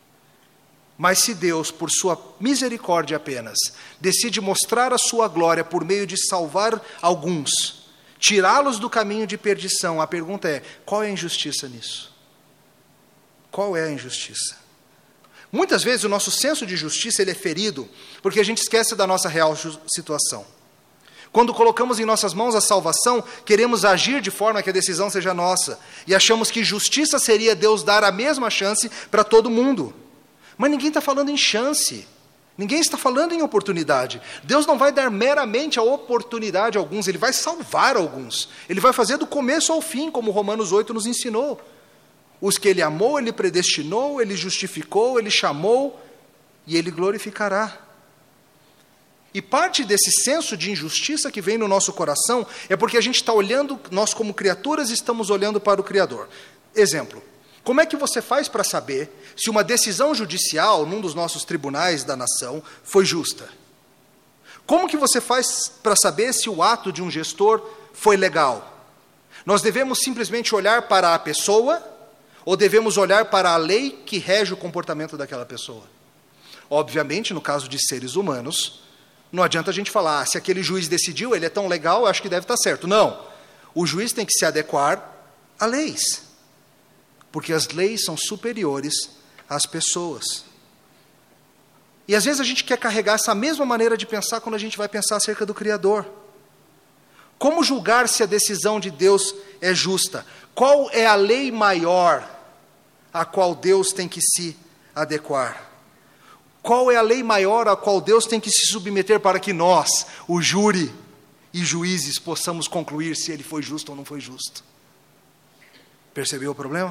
Mas se Deus, por sua misericórdia apenas, decide mostrar a sua glória por meio de salvar alguns, tirá-los do caminho de perdição, a pergunta é, qual é a injustiça nisso? Qual é a injustiça? Muitas vezes o nosso senso de justiça ele é ferido porque a gente esquece da nossa real situação. Quando colocamos em nossas mãos a salvação, queremos agir de forma que a decisão seja nossa. E achamos que justiça seria Deus dar a mesma chance para todo mundo. Mas ninguém está falando em chance. Ninguém está falando em oportunidade. Deus não vai dar meramente a oportunidade a alguns, Ele vai salvar alguns. Ele vai fazer do começo ao fim, como Romanos 8 nos ensinou. Os que Ele amou, Ele predestinou, Ele justificou, Ele chamou e Ele glorificará. E parte desse senso de injustiça que vem no nosso coração é porque a gente está olhando, nós como criaturas estamos olhando para o Criador. Exemplo, como é que você faz para saber se uma decisão judicial num dos nossos tribunais da nação foi justa? Como que você faz para saber se o ato de um gestor foi legal? Nós devemos simplesmente olhar para a pessoa ou devemos olhar para a lei que rege o comportamento daquela pessoa? Obviamente, no caso de seres humanos, não adianta a gente falar, se aquele juiz decidiu, ele é tão legal, eu acho que deve estar certo. Não, o juiz tem que se adequar a leis, porque as leis são superiores às pessoas. E às vezes a gente quer carregar essa mesma maneira de pensar quando a gente vai pensar acerca do Criador. Como julgar se a decisão de Deus é justa? Qual é a lei maior a qual Deus tem que se adequar? Qual é a lei maior a qual Deus tem que se submeter para que nós, o júri e juízes, possamos concluir se ele foi justo ou não foi justo? Percebeu o problema?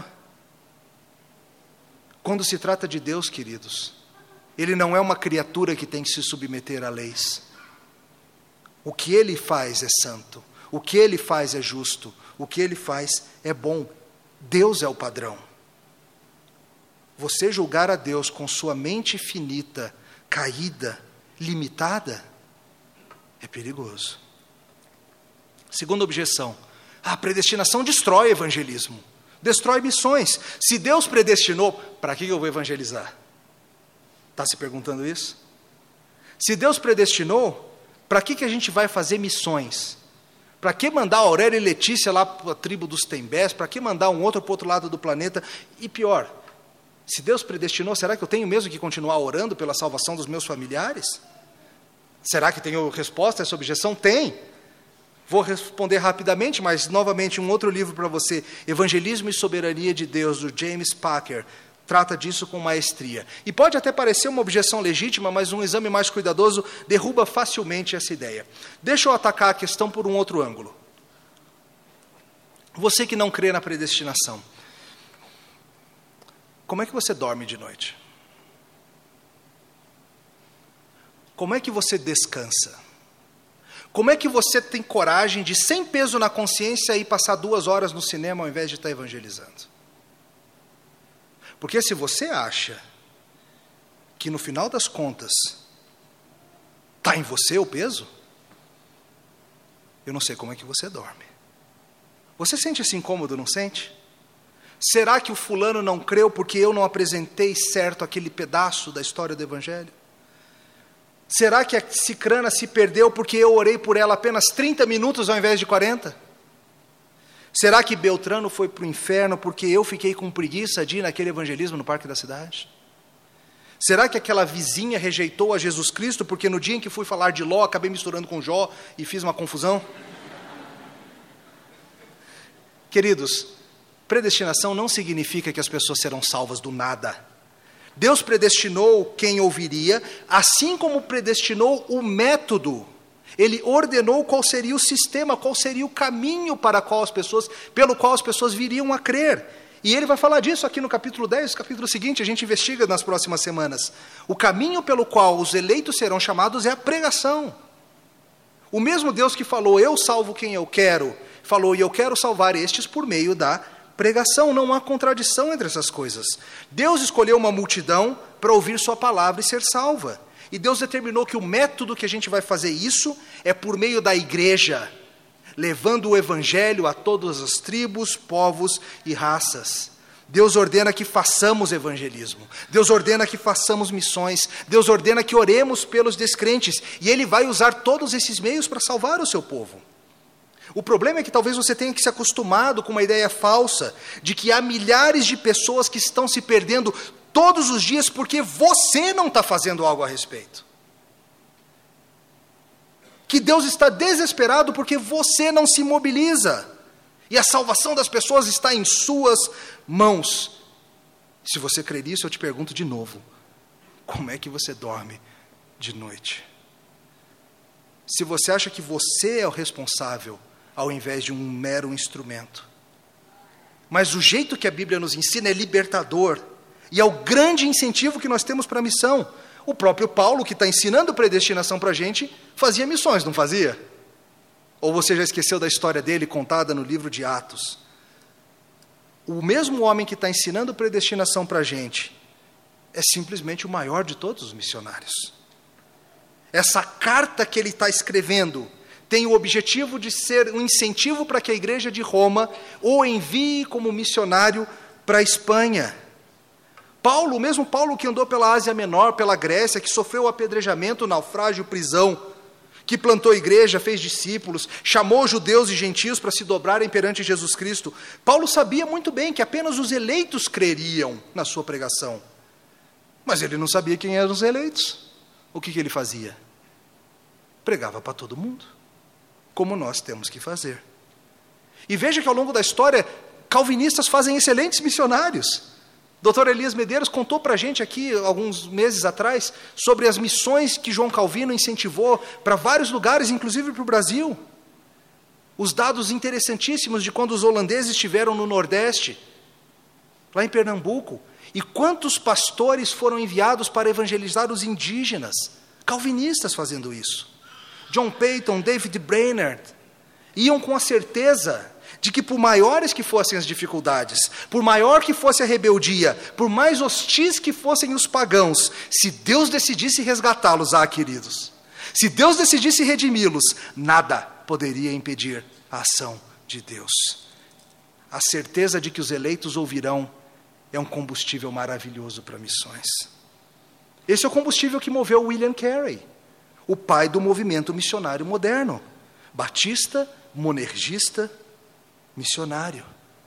Quando se trata de Deus, queridos, Ele não é uma criatura que tem que se submeter a leis. O que Ele faz é santo, o que Ele faz é justo, o que Ele faz é bom. Deus é o padrão. Você julgar a Deus com sua mente finita, caída, limitada, é perigoso. Segunda objeção, a predestinação destrói o evangelismo, destrói missões. Se Deus predestinou, para que eu vou evangelizar? Está se perguntando isso? Se Deus predestinou, para que a gente vai fazer missões? Para que mandar Aurélia e Letícia lá para a tribo dos Tembés? Para que mandar um outro para o outro lado do planeta? E pior, se Deus predestinou, será que eu tenho mesmo que continuar orando pela salvação dos meus familiares? Será que tenho resposta a essa objeção? Tem. Vou responder rapidamente, mas novamente um outro livro para você, Evangelismo e Soberania de Deus, do James Packer, trata disso com maestria. E pode até parecer uma objeção legítima, mas um exame mais cuidadoso derruba facilmente essa ideia. Deixa eu atacar a questão por um outro ângulo. Você que não crê na predestinação, como é que você dorme de noite? Como é que você descansa? Como é que você tem coragem de, sem peso na consciência, ir passar 2 horas no cinema ao invés de estar evangelizando? Porque se você acha que no final das contas está em você o peso, eu não sei como é que você dorme. Você sente esse incômodo, não sente? Será que o fulano não creu porque eu não apresentei certo aquele pedaço da história do Evangelho? Será que a cicrana se perdeu porque eu orei por ela apenas 30 minutos ao invés de 40? Será que Beltrano foi para o inferno porque eu fiquei com preguiça de ir naquele evangelismo no Parque da Cidade? Será que aquela vizinha rejeitou a Jesus Cristo porque no dia em que fui falar de Ló, acabei misturando com Jó e fiz uma confusão? Queridos, predestinação não significa que as pessoas serão salvas do nada. Deus predestinou quem ouviria, assim como predestinou o método. Ele ordenou qual seria o sistema, qual seria o caminho pelo qual as pessoas viriam a crer. E ele vai falar disso aqui no capítulo 10, capítulo seguinte, a gente investiga nas próximas semanas. O caminho pelo qual os eleitos serão chamados é a pregação. O mesmo Deus que falou, eu salvo quem eu quero, falou, e eu quero salvar estes por meio da pregação. Não há contradição entre essas coisas. Deus escolheu uma multidão para ouvir sua palavra e ser salva. E Deus determinou que o método que a gente vai fazer isso é por meio da igreja, levando o evangelho a todas as tribos, povos e raças. Deus ordena que façamos evangelismo. Deus ordena que façamos missões. Deus ordena que oremos pelos descrentes. E Ele vai usar todos esses meios para salvar o seu povo. O problema é que talvez você tenha que se acostumado com uma ideia falsa de que há milhares de pessoas que estão se perdendo todos os dias porque você não está fazendo algo a respeito. que Deus está desesperado porque você não se mobiliza, e a salvação das pessoas está em suas mãos. Se você crer nisso, eu te pergunto de novo, como é que você dorme de noite? Se você acha que você é o responsável, ao invés de um mero instrumento. Mas o jeito que a Bíblia nos ensina é libertador, e é o grande incentivo que nós temos para a missão. O próprio Paulo, que está ensinando predestinação para a gente, fazia missões, não fazia? Ou você já esqueceu da história dele contada no livro de Atos? O mesmo homem que está ensinando predestinação para a gente é simplesmente o maior de todos os missionários. Essa carta que ele está escrevendo tem o objetivo de ser um incentivo para que a igreja de Roma o envie como missionário para a Espanha. Paulo, o mesmo Paulo que andou pela Ásia Menor, pela Grécia, que sofreu apedrejamento, naufrágio, prisão, que plantou igreja, fez discípulos, chamou judeus e gentios para se dobrarem perante Jesus Cristo. Paulo sabia muito bem que apenas os eleitos creriam na sua pregação. Mas ele não sabia quem eram os eleitos. O que ele fazia? Pregava para todo mundo, como nós temos que fazer. E veja que ao longo da história, calvinistas fazem excelentes missionários. Dr. Elias Medeiros contou para a gente aqui, alguns meses atrás, sobre as missões que João Calvino incentivou para vários lugares, inclusive para o Brasil. Os dados interessantíssimos de quando os holandeses estiveram no Nordeste, lá em Pernambuco, e quantos pastores foram enviados para evangelizar os indígenas, calvinistas fazendo isso. John Peyton, David Brainerd, iam com a certeza de que por maiores que fossem as dificuldades, por maior que fosse a rebeldia, por mais hostis que fossem os pagãos, se Deus decidisse resgatá-los, queridos, se Deus decidisse redimi-los, nada poderia impedir a ação de Deus. A certeza de que os eleitos ouvirão é um combustível maravilhoso para missões. Esse é o combustível que moveu William Carey, o pai do movimento missionário moderno, batista, monergista, missionário.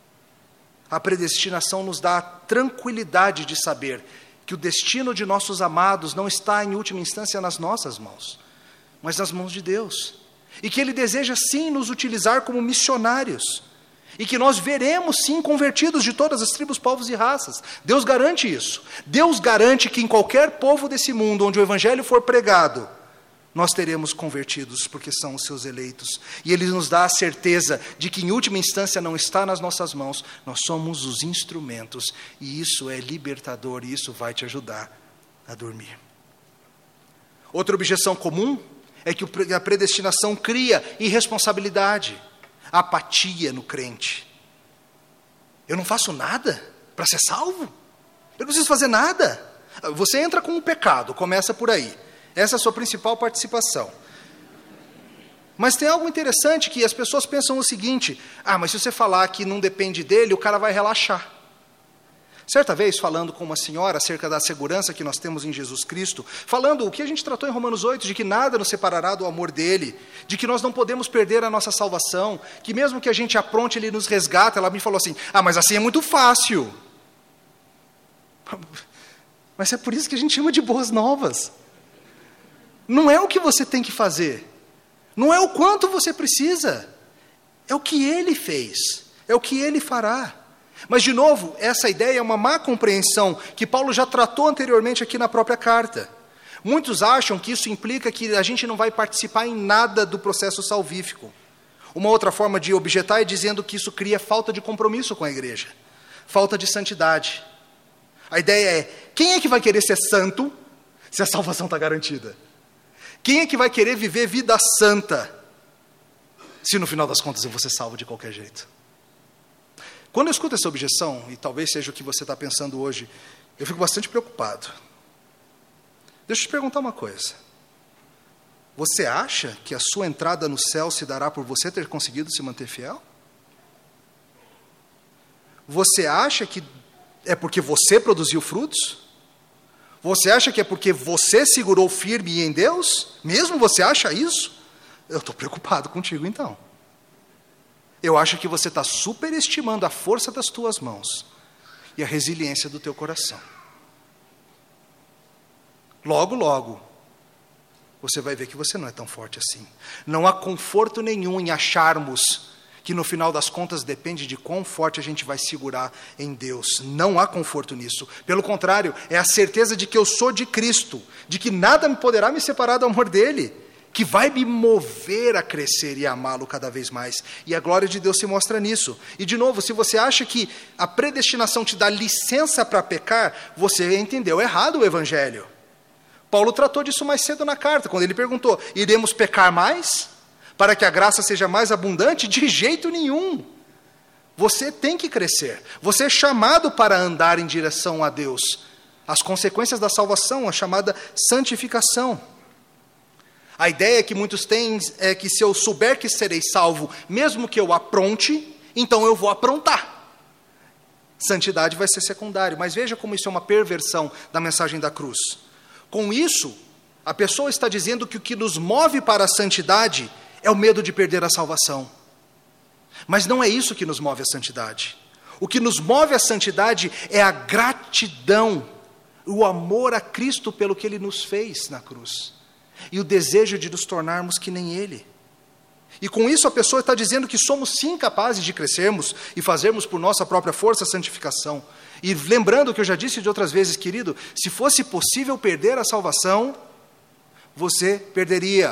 A predestinação nos dá a tranquilidade de saber que o destino de nossos amados não está, em última instância, nas nossas mãos, mas nas mãos de Deus. E que Ele deseja, sim, nos utilizar como missionários. E que nós veremos, sim, convertidos de todas as tribos, povos e raças. Deus garante isso. Deus garante que em qualquer povo desse mundo, onde o Evangelho for pregado, nós teremos convertidos, porque são os seus eleitos. E Ele nos dá a certeza de que, em última instância, não está nas nossas mãos, nós somos os instrumentos, e isso é libertador, e isso vai te ajudar a dormir. Outra objeção comum é que a predestinação cria irresponsabilidade, apatia no crente. Eu não faço nada para ser salvo? Eu não preciso fazer nada. Você entra com o pecado, começa por aí. Essa é a sua principal participação. Mas tem algo interessante que as pessoas pensam o seguinte: mas se você falar que não depende dele, o cara vai relaxar. Certa vez, falando com uma senhora acerca da segurança que nós temos em Jesus Cristo, falando o que a gente tratou em Romanos 8, de que nada nos separará do amor dele, de que nós não podemos perder a nossa salvação, que mesmo que a gente apronte, ele nos resgata, ela me falou assim: mas assim é muito fácil. Mas é por isso que a gente chama de boas novas. Não é o que você tem que fazer, não é o quanto você precisa, é o que Ele fez, é o que Ele fará. Mas, de novo, essa ideia é uma má compreensão que Paulo já tratou anteriormente aqui na própria carta. Muitos acham que isso implica que a gente não vai participar em nada do processo salvífico. Uma outra forma de objetar é dizendo que isso cria falta de compromisso com a igreja, falta de santidade. A ideia é: quem é que vai querer ser santo se a salvação está garantida? Quem é que vai querer viver vida santa se no final das contas eu vou ser salvo de qualquer jeito? Quando eu escuto essa objeção, e talvez seja o que você está pensando hoje, eu fico bastante preocupado. Deixa eu te perguntar uma coisa. Você acha que a sua entrada no céu se dará por você ter conseguido se manter fiel? Você acha que é porque você produziu frutos? Você acha que é porque você segurou firme em Deus? Mesmo você acha isso? Eu estou preocupado contigo então. Eu acho que você está superestimando a força das tuas mãos e a resiliência do teu coração. Logo, logo, você vai ver que você não é tão forte assim. Não há conforto nenhum em acharmos que no final das contas depende de quão forte a gente vai segurar em Deus. Não há conforto nisso. Pelo contrário, é a certeza de que eu sou de Cristo, de que nada me poderá me separar do amor dele, que vai me mover a crescer e amá-lo cada vez mais. E a glória de Deus se mostra nisso. E de novo, se você acha que a predestinação te dá licença para pecar, você entendeu errado o Evangelho. Paulo tratou disso mais cedo na carta, quando ele perguntou, iremos pecar mais? Para que a graça seja mais abundante? De jeito nenhum. Você tem que crescer. Você é chamado para andar em direção a Deus. As consequências da salvação, a chamada santificação. A ideia que muitos têm é que se eu souber que serei salvo, mesmo que eu apronte, então eu vou aprontar. Santidade vai ser secundário. Mas veja como isso é uma perversão da mensagem da cruz. Com isso, a pessoa está dizendo que o que nos move para a santidade é o medo de perder a salvação. Mas não é isso que nos move à santidade. O que nos move à santidade é a gratidão, o amor a Cristo pelo que Ele nos fez na cruz. E o desejo de nos tornarmos que nem Ele. E com isso a pessoa está dizendo que somos sim capazes de crescermos e fazermos por nossa própria força a santificação. E lembrando que eu já disse de outras vezes, querido, se fosse possível perder a salvação, você perderia.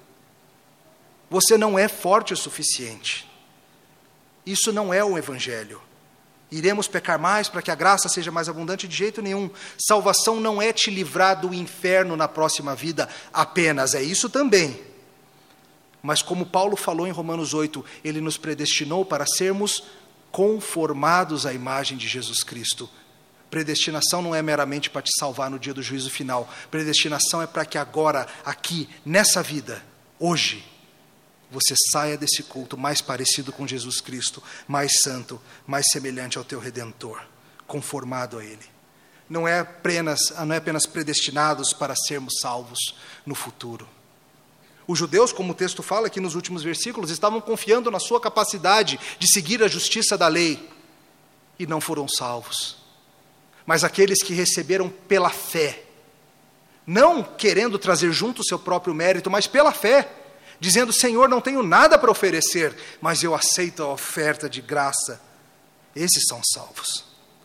Você não é forte o suficiente. Isso não é o Evangelho. Iremos pecar mais para que a graça seja mais abundante? De jeito nenhum. Salvação não é te livrar do inferno na próxima vida apenas, é isso também. Mas como Paulo falou em Romanos 8, ele nos predestinou para sermos conformados à imagem de Jesus Cristo. Predestinação não é meramente para te salvar no dia do juízo final. Predestinação é para que agora, aqui, nessa vida, hoje, você saia desse culto mais parecido com Jesus Cristo, mais santo, mais semelhante ao teu Redentor, conformado a Ele. Não é apenas predestinados para sermos salvos no futuro. Os judeus, como o texto fala aqui nos últimos versículos, estavam confiando na sua capacidade de seguir a justiça da lei e não foram salvos. Mas aqueles que receberam pela fé, não querendo trazer junto o seu próprio mérito, mas pela fé, dizendo, Senhor, não tenho nada para oferecer, mas eu aceito a oferta de graça. Esses são salvos.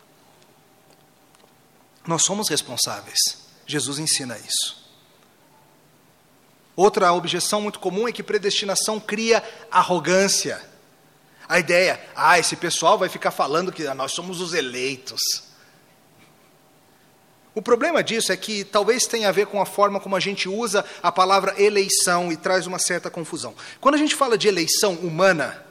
Nós somos responsáveis. Jesus ensina isso. Outra objeção muito comum é que predestinação cria arrogância. A ideia, esse pessoal vai ficar falando que nós somos os eleitos. O problema disso é que talvez tenha a ver com a forma como a gente usa a palavra eleição e traz uma certa confusão. Quando a gente fala de eleição humana,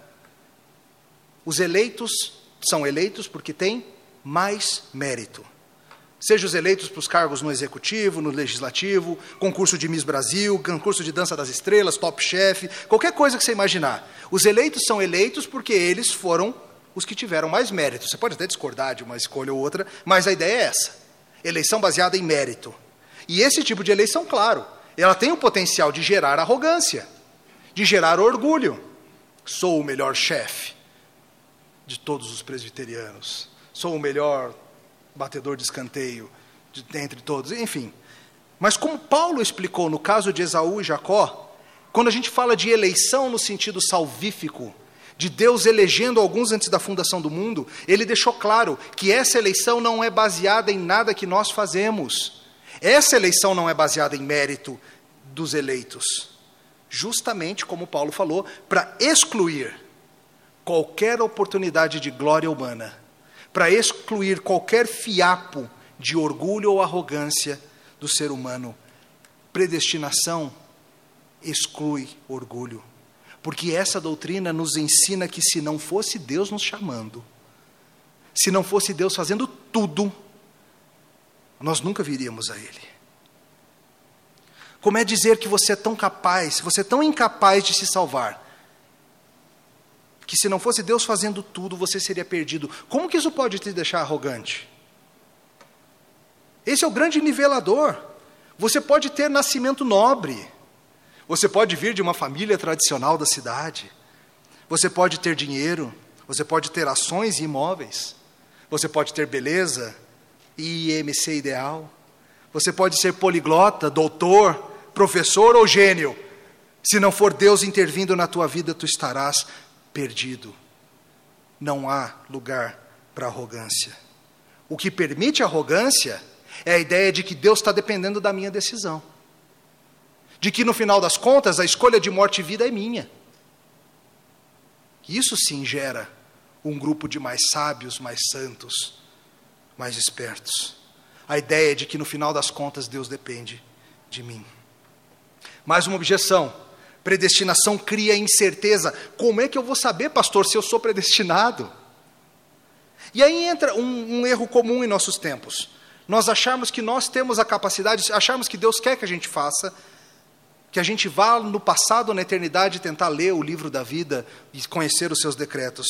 os eleitos são eleitos porque têm mais mérito. Seja os eleitos para os cargos no executivo, no legislativo, concurso de Miss Brasil, concurso de dança das estrelas, Top Chef, qualquer coisa que você imaginar. Os eleitos são eleitos porque eles foram os que tiveram mais mérito. Você pode até discordar de uma escolha ou outra, mas a ideia é essa. Eleição baseada em mérito. E esse tipo de eleição, claro, ela tem o potencial de gerar arrogância, de gerar orgulho. Sou o melhor chefe de todos os presbiterianos. Sou o melhor batedor de escanteio entre todos, enfim. Mas como Paulo explicou no caso de Esaú e Jacó, quando a gente fala de eleição no sentido salvífico, de Deus elegendo alguns antes da fundação do mundo, ele deixou claro que essa eleição não é baseada em nada que nós fazemos. Essa eleição não é baseada em mérito dos eleitos. Justamente como Paulo falou, para excluir qualquer oportunidade de glória humana, para excluir qualquer fiapo de orgulho ou arrogância do ser humano. Predestinação exclui orgulho. Porque essa doutrina nos ensina que se não fosse Deus nos chamando, se não fosse Deus fazendo tudo, nós nunca viríamos a Ele. Como é dizer que você é tão capaz, você é tão incapaz de se salvar, que se não fosse Deus fazendo tudo, você seria perdido? Como que isso pode te deixar arrogante? Esse é o grande nivelador. Você pode ter nascimento nobre, você pode vir de uma família tradicional da cidade, você pode ter dinheiro, você pode ter ações e imóveis, você pode ter beleza e IMC ideal, você pode ser poliglota, doutor, professor ou gênio. Se não for Deus intervindo na tua vida, tu estarás perdido. Não há lugar para arrogância. O que permite arrogância é a ideia de que Deus está dependendo da minha decisão. De que no final das contas a escolha de morte e vida é minha. Isso sim gera um grupo de mais sábios, mais santos, mais espertos. A ideia de que no final das contas Deus depende de mim. Mais uma objeção. Predestinação cria incerteza. Como é que eu vou saber, pastor, se eu sou predestinado? E aí entra um erro comum em nossos tempos. Nós acharmos que nós temos a capacidade, acharmos que Deus quer que a gente faça, que a gente vá no passado ou na eternidade tentar ler o livro da vida e conhecer os seus decretos.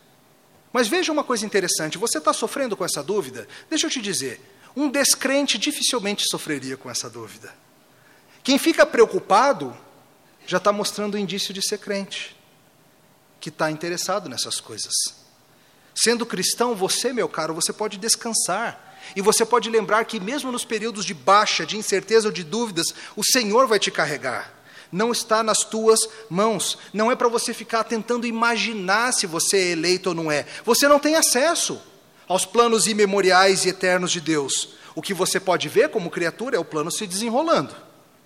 Mas veja uma coisa interessante, você está sofrendo com essa dúvida? Deixa eu te dizer, um descrente dificilmente sofreria com essa dúvida. Quem fica preocupado já está mostrando indício de ser crente, que está interessado nessas coisas. Sendo cristão, você, meu caro, você pode descansar. E você pode lembrar que mesmo nos períodos de baixa, de incerteza ou de dúvidas, o Senhor vai te carregar. Não está nas tuas mãos. Não é para você ficar tentando imaginar se você é eleito ou não é. Você não tem acesso aos planos imemoriais e eternos de Deus. O que você pode ver como criatura é o plano se desenrolando.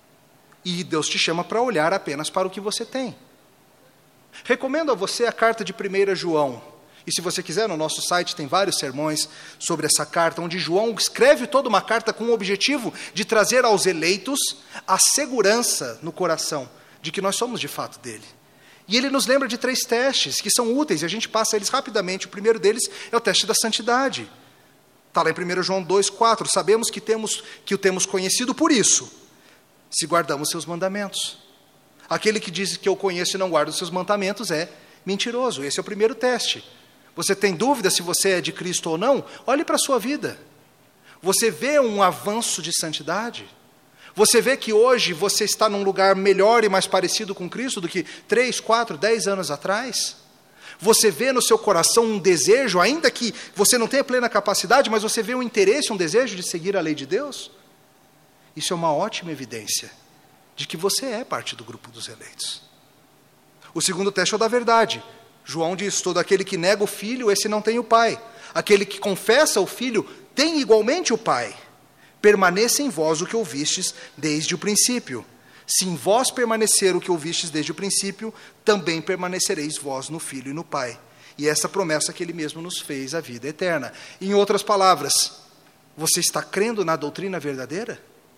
E Deus te chama para olhar apenas para o que você tem. Recomendo a você a carta de 1 João. E se você quiser, no nosso site tem vários sermões sobre essa carta, onde João escreve toda uma carta com o objetivo de trazer aos eleitos a segurança no coração de que nós somos de fato dele. E ele nos lembra de 3 testes que são úteis, e a gente passa eles rapidamente. O primeiro deles é o teste da santidade. Está lá em 1 João 2,4. Sabemos que o temos conhecido por isso, se guardamos seus mandamentos. Aquele que diz que eu conheço e não guarda os seus mandamentos é mentiroso. Esse é o primeiro teste. Você tem dúvida se você é de Cristo ou não? Olhe para a sua vida. Você vê um avanço de santidade? Você vê que hoje você está num lugar melhor e mais parecido com Cristo do que 3, 4, 10 anos atrás? Você vê no seu coração um desejo, ainda que você não tenha plena capacidade, mas você vê um interesse, um desejo de seguir a lei de Deus? Isso é uma ótima evidência de que você é parte do grupo dos eleitos. O segundo teste é o da verdade. João diz, todo aquele que nega o Filho, esse não tem o Pai. Aquele que confessa o Filho, tem igualmente o Pai. Permaneça em vós o que ouvistes desde o princípio. Se em vós permanecer o que ouvistes desde o princípio, também permanecereis vós no Filho e no Pai. E essa promessa que Ele mesmo nos fez, a vida eterna. Em outras palavras, você está crendo na doutrina verdadeira?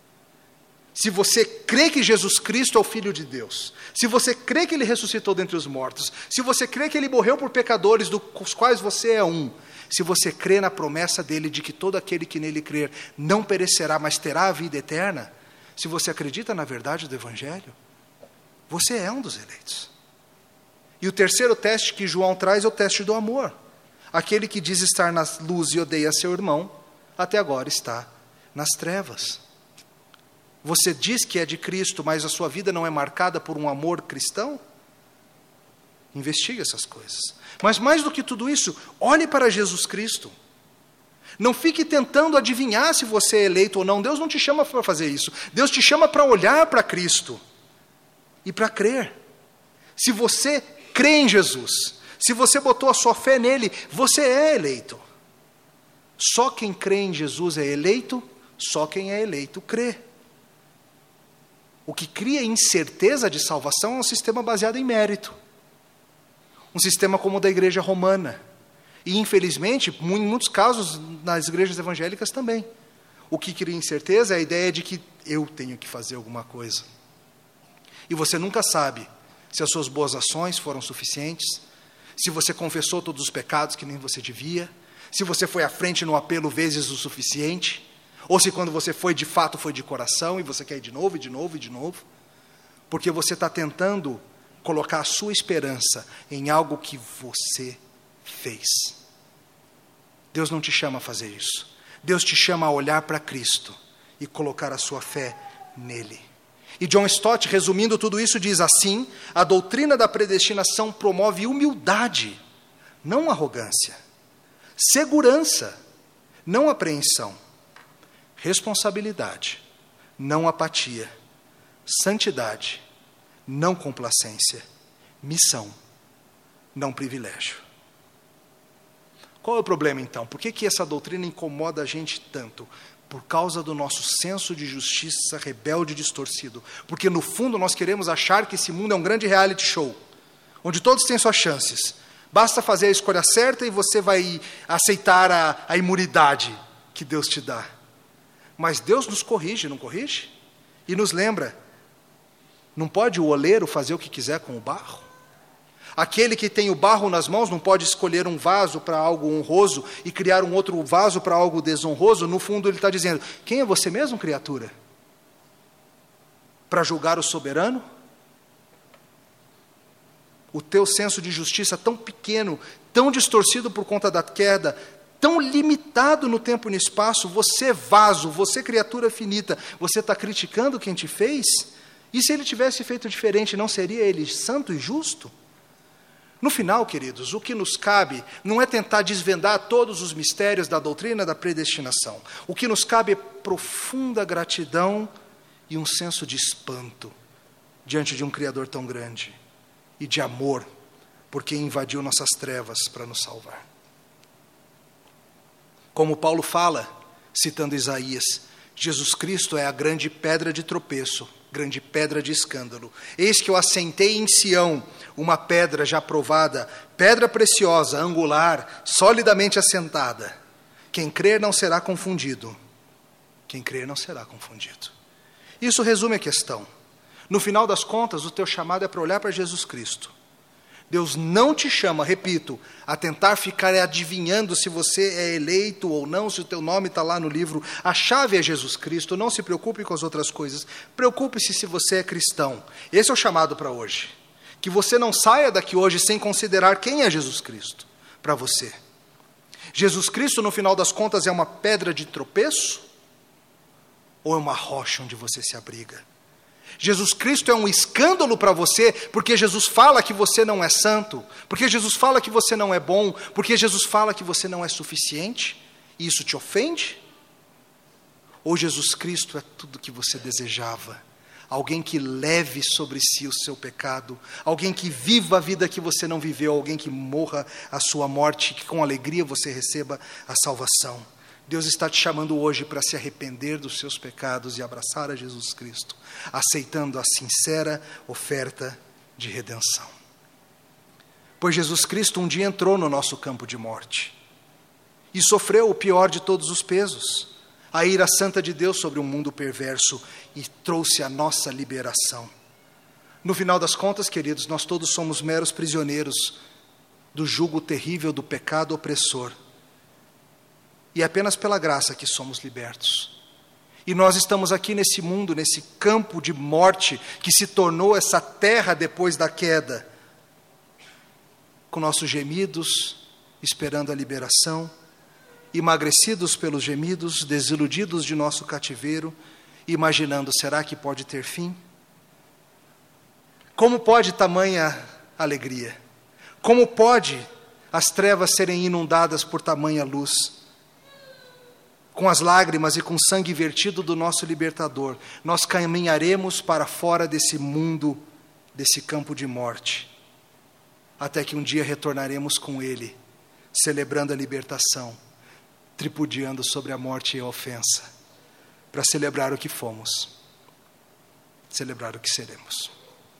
Se você crê que Jesus Cristo é o Filho de Deus, se você crê que Ele ressuscitou dentre os mortos, se você crê que Ele morreu por pecadores, dos quais você é um, se você crê na promessa dEle de que todo aquele que nele crer não perecerá, mas terá a vida eterna, se você acredita na verdade do Evangelho, você é um dos eleitos. E o terceiro teste que João traz é o teste do amor. Aquele que diz estar na luz e odeia seu irmão, até agora está nas trevas. Você diz que é de Cristo, mas a sua vida não é marcada por um amor cristão? Investigue essas coisas. Mas mais do que tudo isso, olhe para Jesus Cristo. Não fique tentando adivinhar se você é eleito ou não. Deus não te chama para fazer isso. Deus te chama para olhar para Cristo e para crer. Se você crê em Jesus, se você botou a sua fé nele, você é eleito. Só quem crê em Jesus é eleito, só quem é eleito crê. O que cria incerteza de salvação é um sistema baseado em mérito. Um sistema como o da igreja romana. E, infelizmente, em muitos casos, nas igrejas evangélicas também. O que cria incerteza é a ideia de que eu tenho que fazer alguma coisa. E você nunca sabe se as suas boas ações foram suficientes, se você confessou todos os pecados que nem você devia, se você foi à frente no apelo vezes o suficiente, ou se quando você foi, de fato, foi de coração, e você quer ir de novo, e de novo, e de novo. Porque você está tentando colocar a sua esperança em algo que você fez. Deus não te chama a fazer isso. Deus te chama a olhar para Cristo e colocar a sua fé nele. E John Stott, resumindo tudo isso, diz assim: a doutrina da predestinação promove humildade, não arrogância, segurança, não apreensão, responsabilidade, não apatia, santidade, não complacência, missão, não privilégio. Qual é o problema então? Por que essa doutrina incomoda a gente tanto? Por causa do nosso senso de justiça rebelde e distorcido. Porque no fundo nós queremos achar que esse mundo é um grande reality show, onde todos têm suas chances. Basta fazer a escolha certa e você vai aceitar a imunidade que Deus te dá. Mas Deus nos corrige, não corrige? E nos lembra, não pode o oleiro fazer o que quiser com o barro? Aquele que tem o barro nas mãos não pode escolher um vaso para algo honroso e criar um outro vaso para algo desonroso? No fundo ele está dizendo, quem é você mesmo, criatura? Para julgar o soberano? O teu senso de justiça tão pequeno, tão distorcido por conta da queda, tão limitado no tempo e no espaço, você vaso, você criatura finita, você está criticando quem te fez? E se ele tivesse feito diferente, não seria ele santo e justo? No final, queridos, o que nos cabe não é tentar desvendar todos os mistérios da doutrina da predestinação. O que nos cabe é profunda gratidão e um senso de espanto diante de um Criador tão grande e de amor por quem invadiu nossas trevas para nos salvar. Como Paulo fala, citando Isaías, Jesus Cristo é a grande pedra de tropeço, grande pedra de escândalo. Eis que eu assentei em Sião, uma pedra já provada, pedra preciosa, angular, solidamente assentada. Quem crer não será confundido. Quem crer não será confundido. Isso resume a questão. No final das contas, o teu chamado é para olhar para Jesus Cristo. Deus não te chama, repito, a tentar ficar adivinhando se você é eleito ou não, se o teu nome está lá no livro. A chave é Jesus Cristo, não se preocupe com as outras coisas. Preocupe-se se você é cristão. Esse é o chamado para hoje. Que você não saia daqui hoje sem considerar quem é Jesus Cristo para você. Jesus Cristo, no final das contas, é uma pedra de tropeço? Ou é uma rocha onde você se abriga? Jesus Cristo é um escândalo para você, porque Jesus fala que você não é santo, porque Jesus fala que você não é bom, porque Jesus fala que você não é suficiente, e isso te ofende? Ou Jesus Cristo é tudo que você desejava? Alguém que leve sobre si o seu pecado, alguém que viva a vida que você não viveu, alguém que morra a sua morte, que com alegria você receba a salvação. Deus está te chamando hoje para se arrepender dos seus pecados e abraçar a Jesus Cristo, aceitando a sincera oferta de redenção. Pois Jesus Cristo um dia entrou no nosso campo de morte e sofreu o pior de todos os pesos, a ira santa de Deus sobre um mundo perverso, e trouxe a nossa liberação. No final das contas, queridos, nós todos somos meros prisioneiros do jugo terrível do pecado opressor. E é apenas pela graça que somos libertos. E nós estamos aqui nesse mundo, nesse campo de morte, que se tornou essa terra depois da queda, com nossos gemidos, esperando a liberação, emagrecidos pelos gemidos, desiludidos de nosso cativeiro, imaginando, será que pode ter fim? Como pode tamanha alegria? Como pode as trevas serem inundadas por tamanha luz? Com as lágrimas e com o sangue vertido do nosso libertador, nós caminharemos para fora desse mundo, desse campo de morte, até que um dia retornaremos com Ele, celebrando a libertação, tripudiando sobre a morte e a ofensa, para celebrar o que fomos, celebrar o que seremos.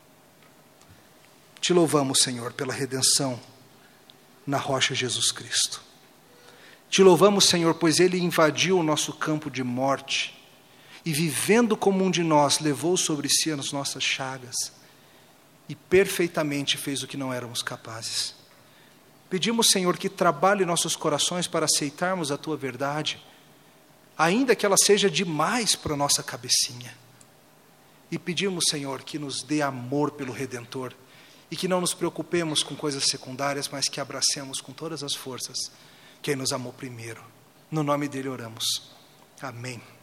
Te louvamos, Senhor, pela redenção na rocha Jesus Cristo. Te louvamos, Senhor, pois Ele invadiu o nosso campo de morte e, vivendo como um de nós, levou sobre si as nossas chagas e perfeitamente fez o que não éramos capazes. Pedimos, Senhor, que trabalhe nossos corações para aceitarmos a Tua verdade, ainda que ela seja demais para a nossa cabecinha. E pedimos, Senhor, que nos dê amor pelo Redentor e que não nos preocupemos com coisas secundárias, mas que abracemos com todas as forças quem nos amou primeiro. No nome dele oramos. Amém.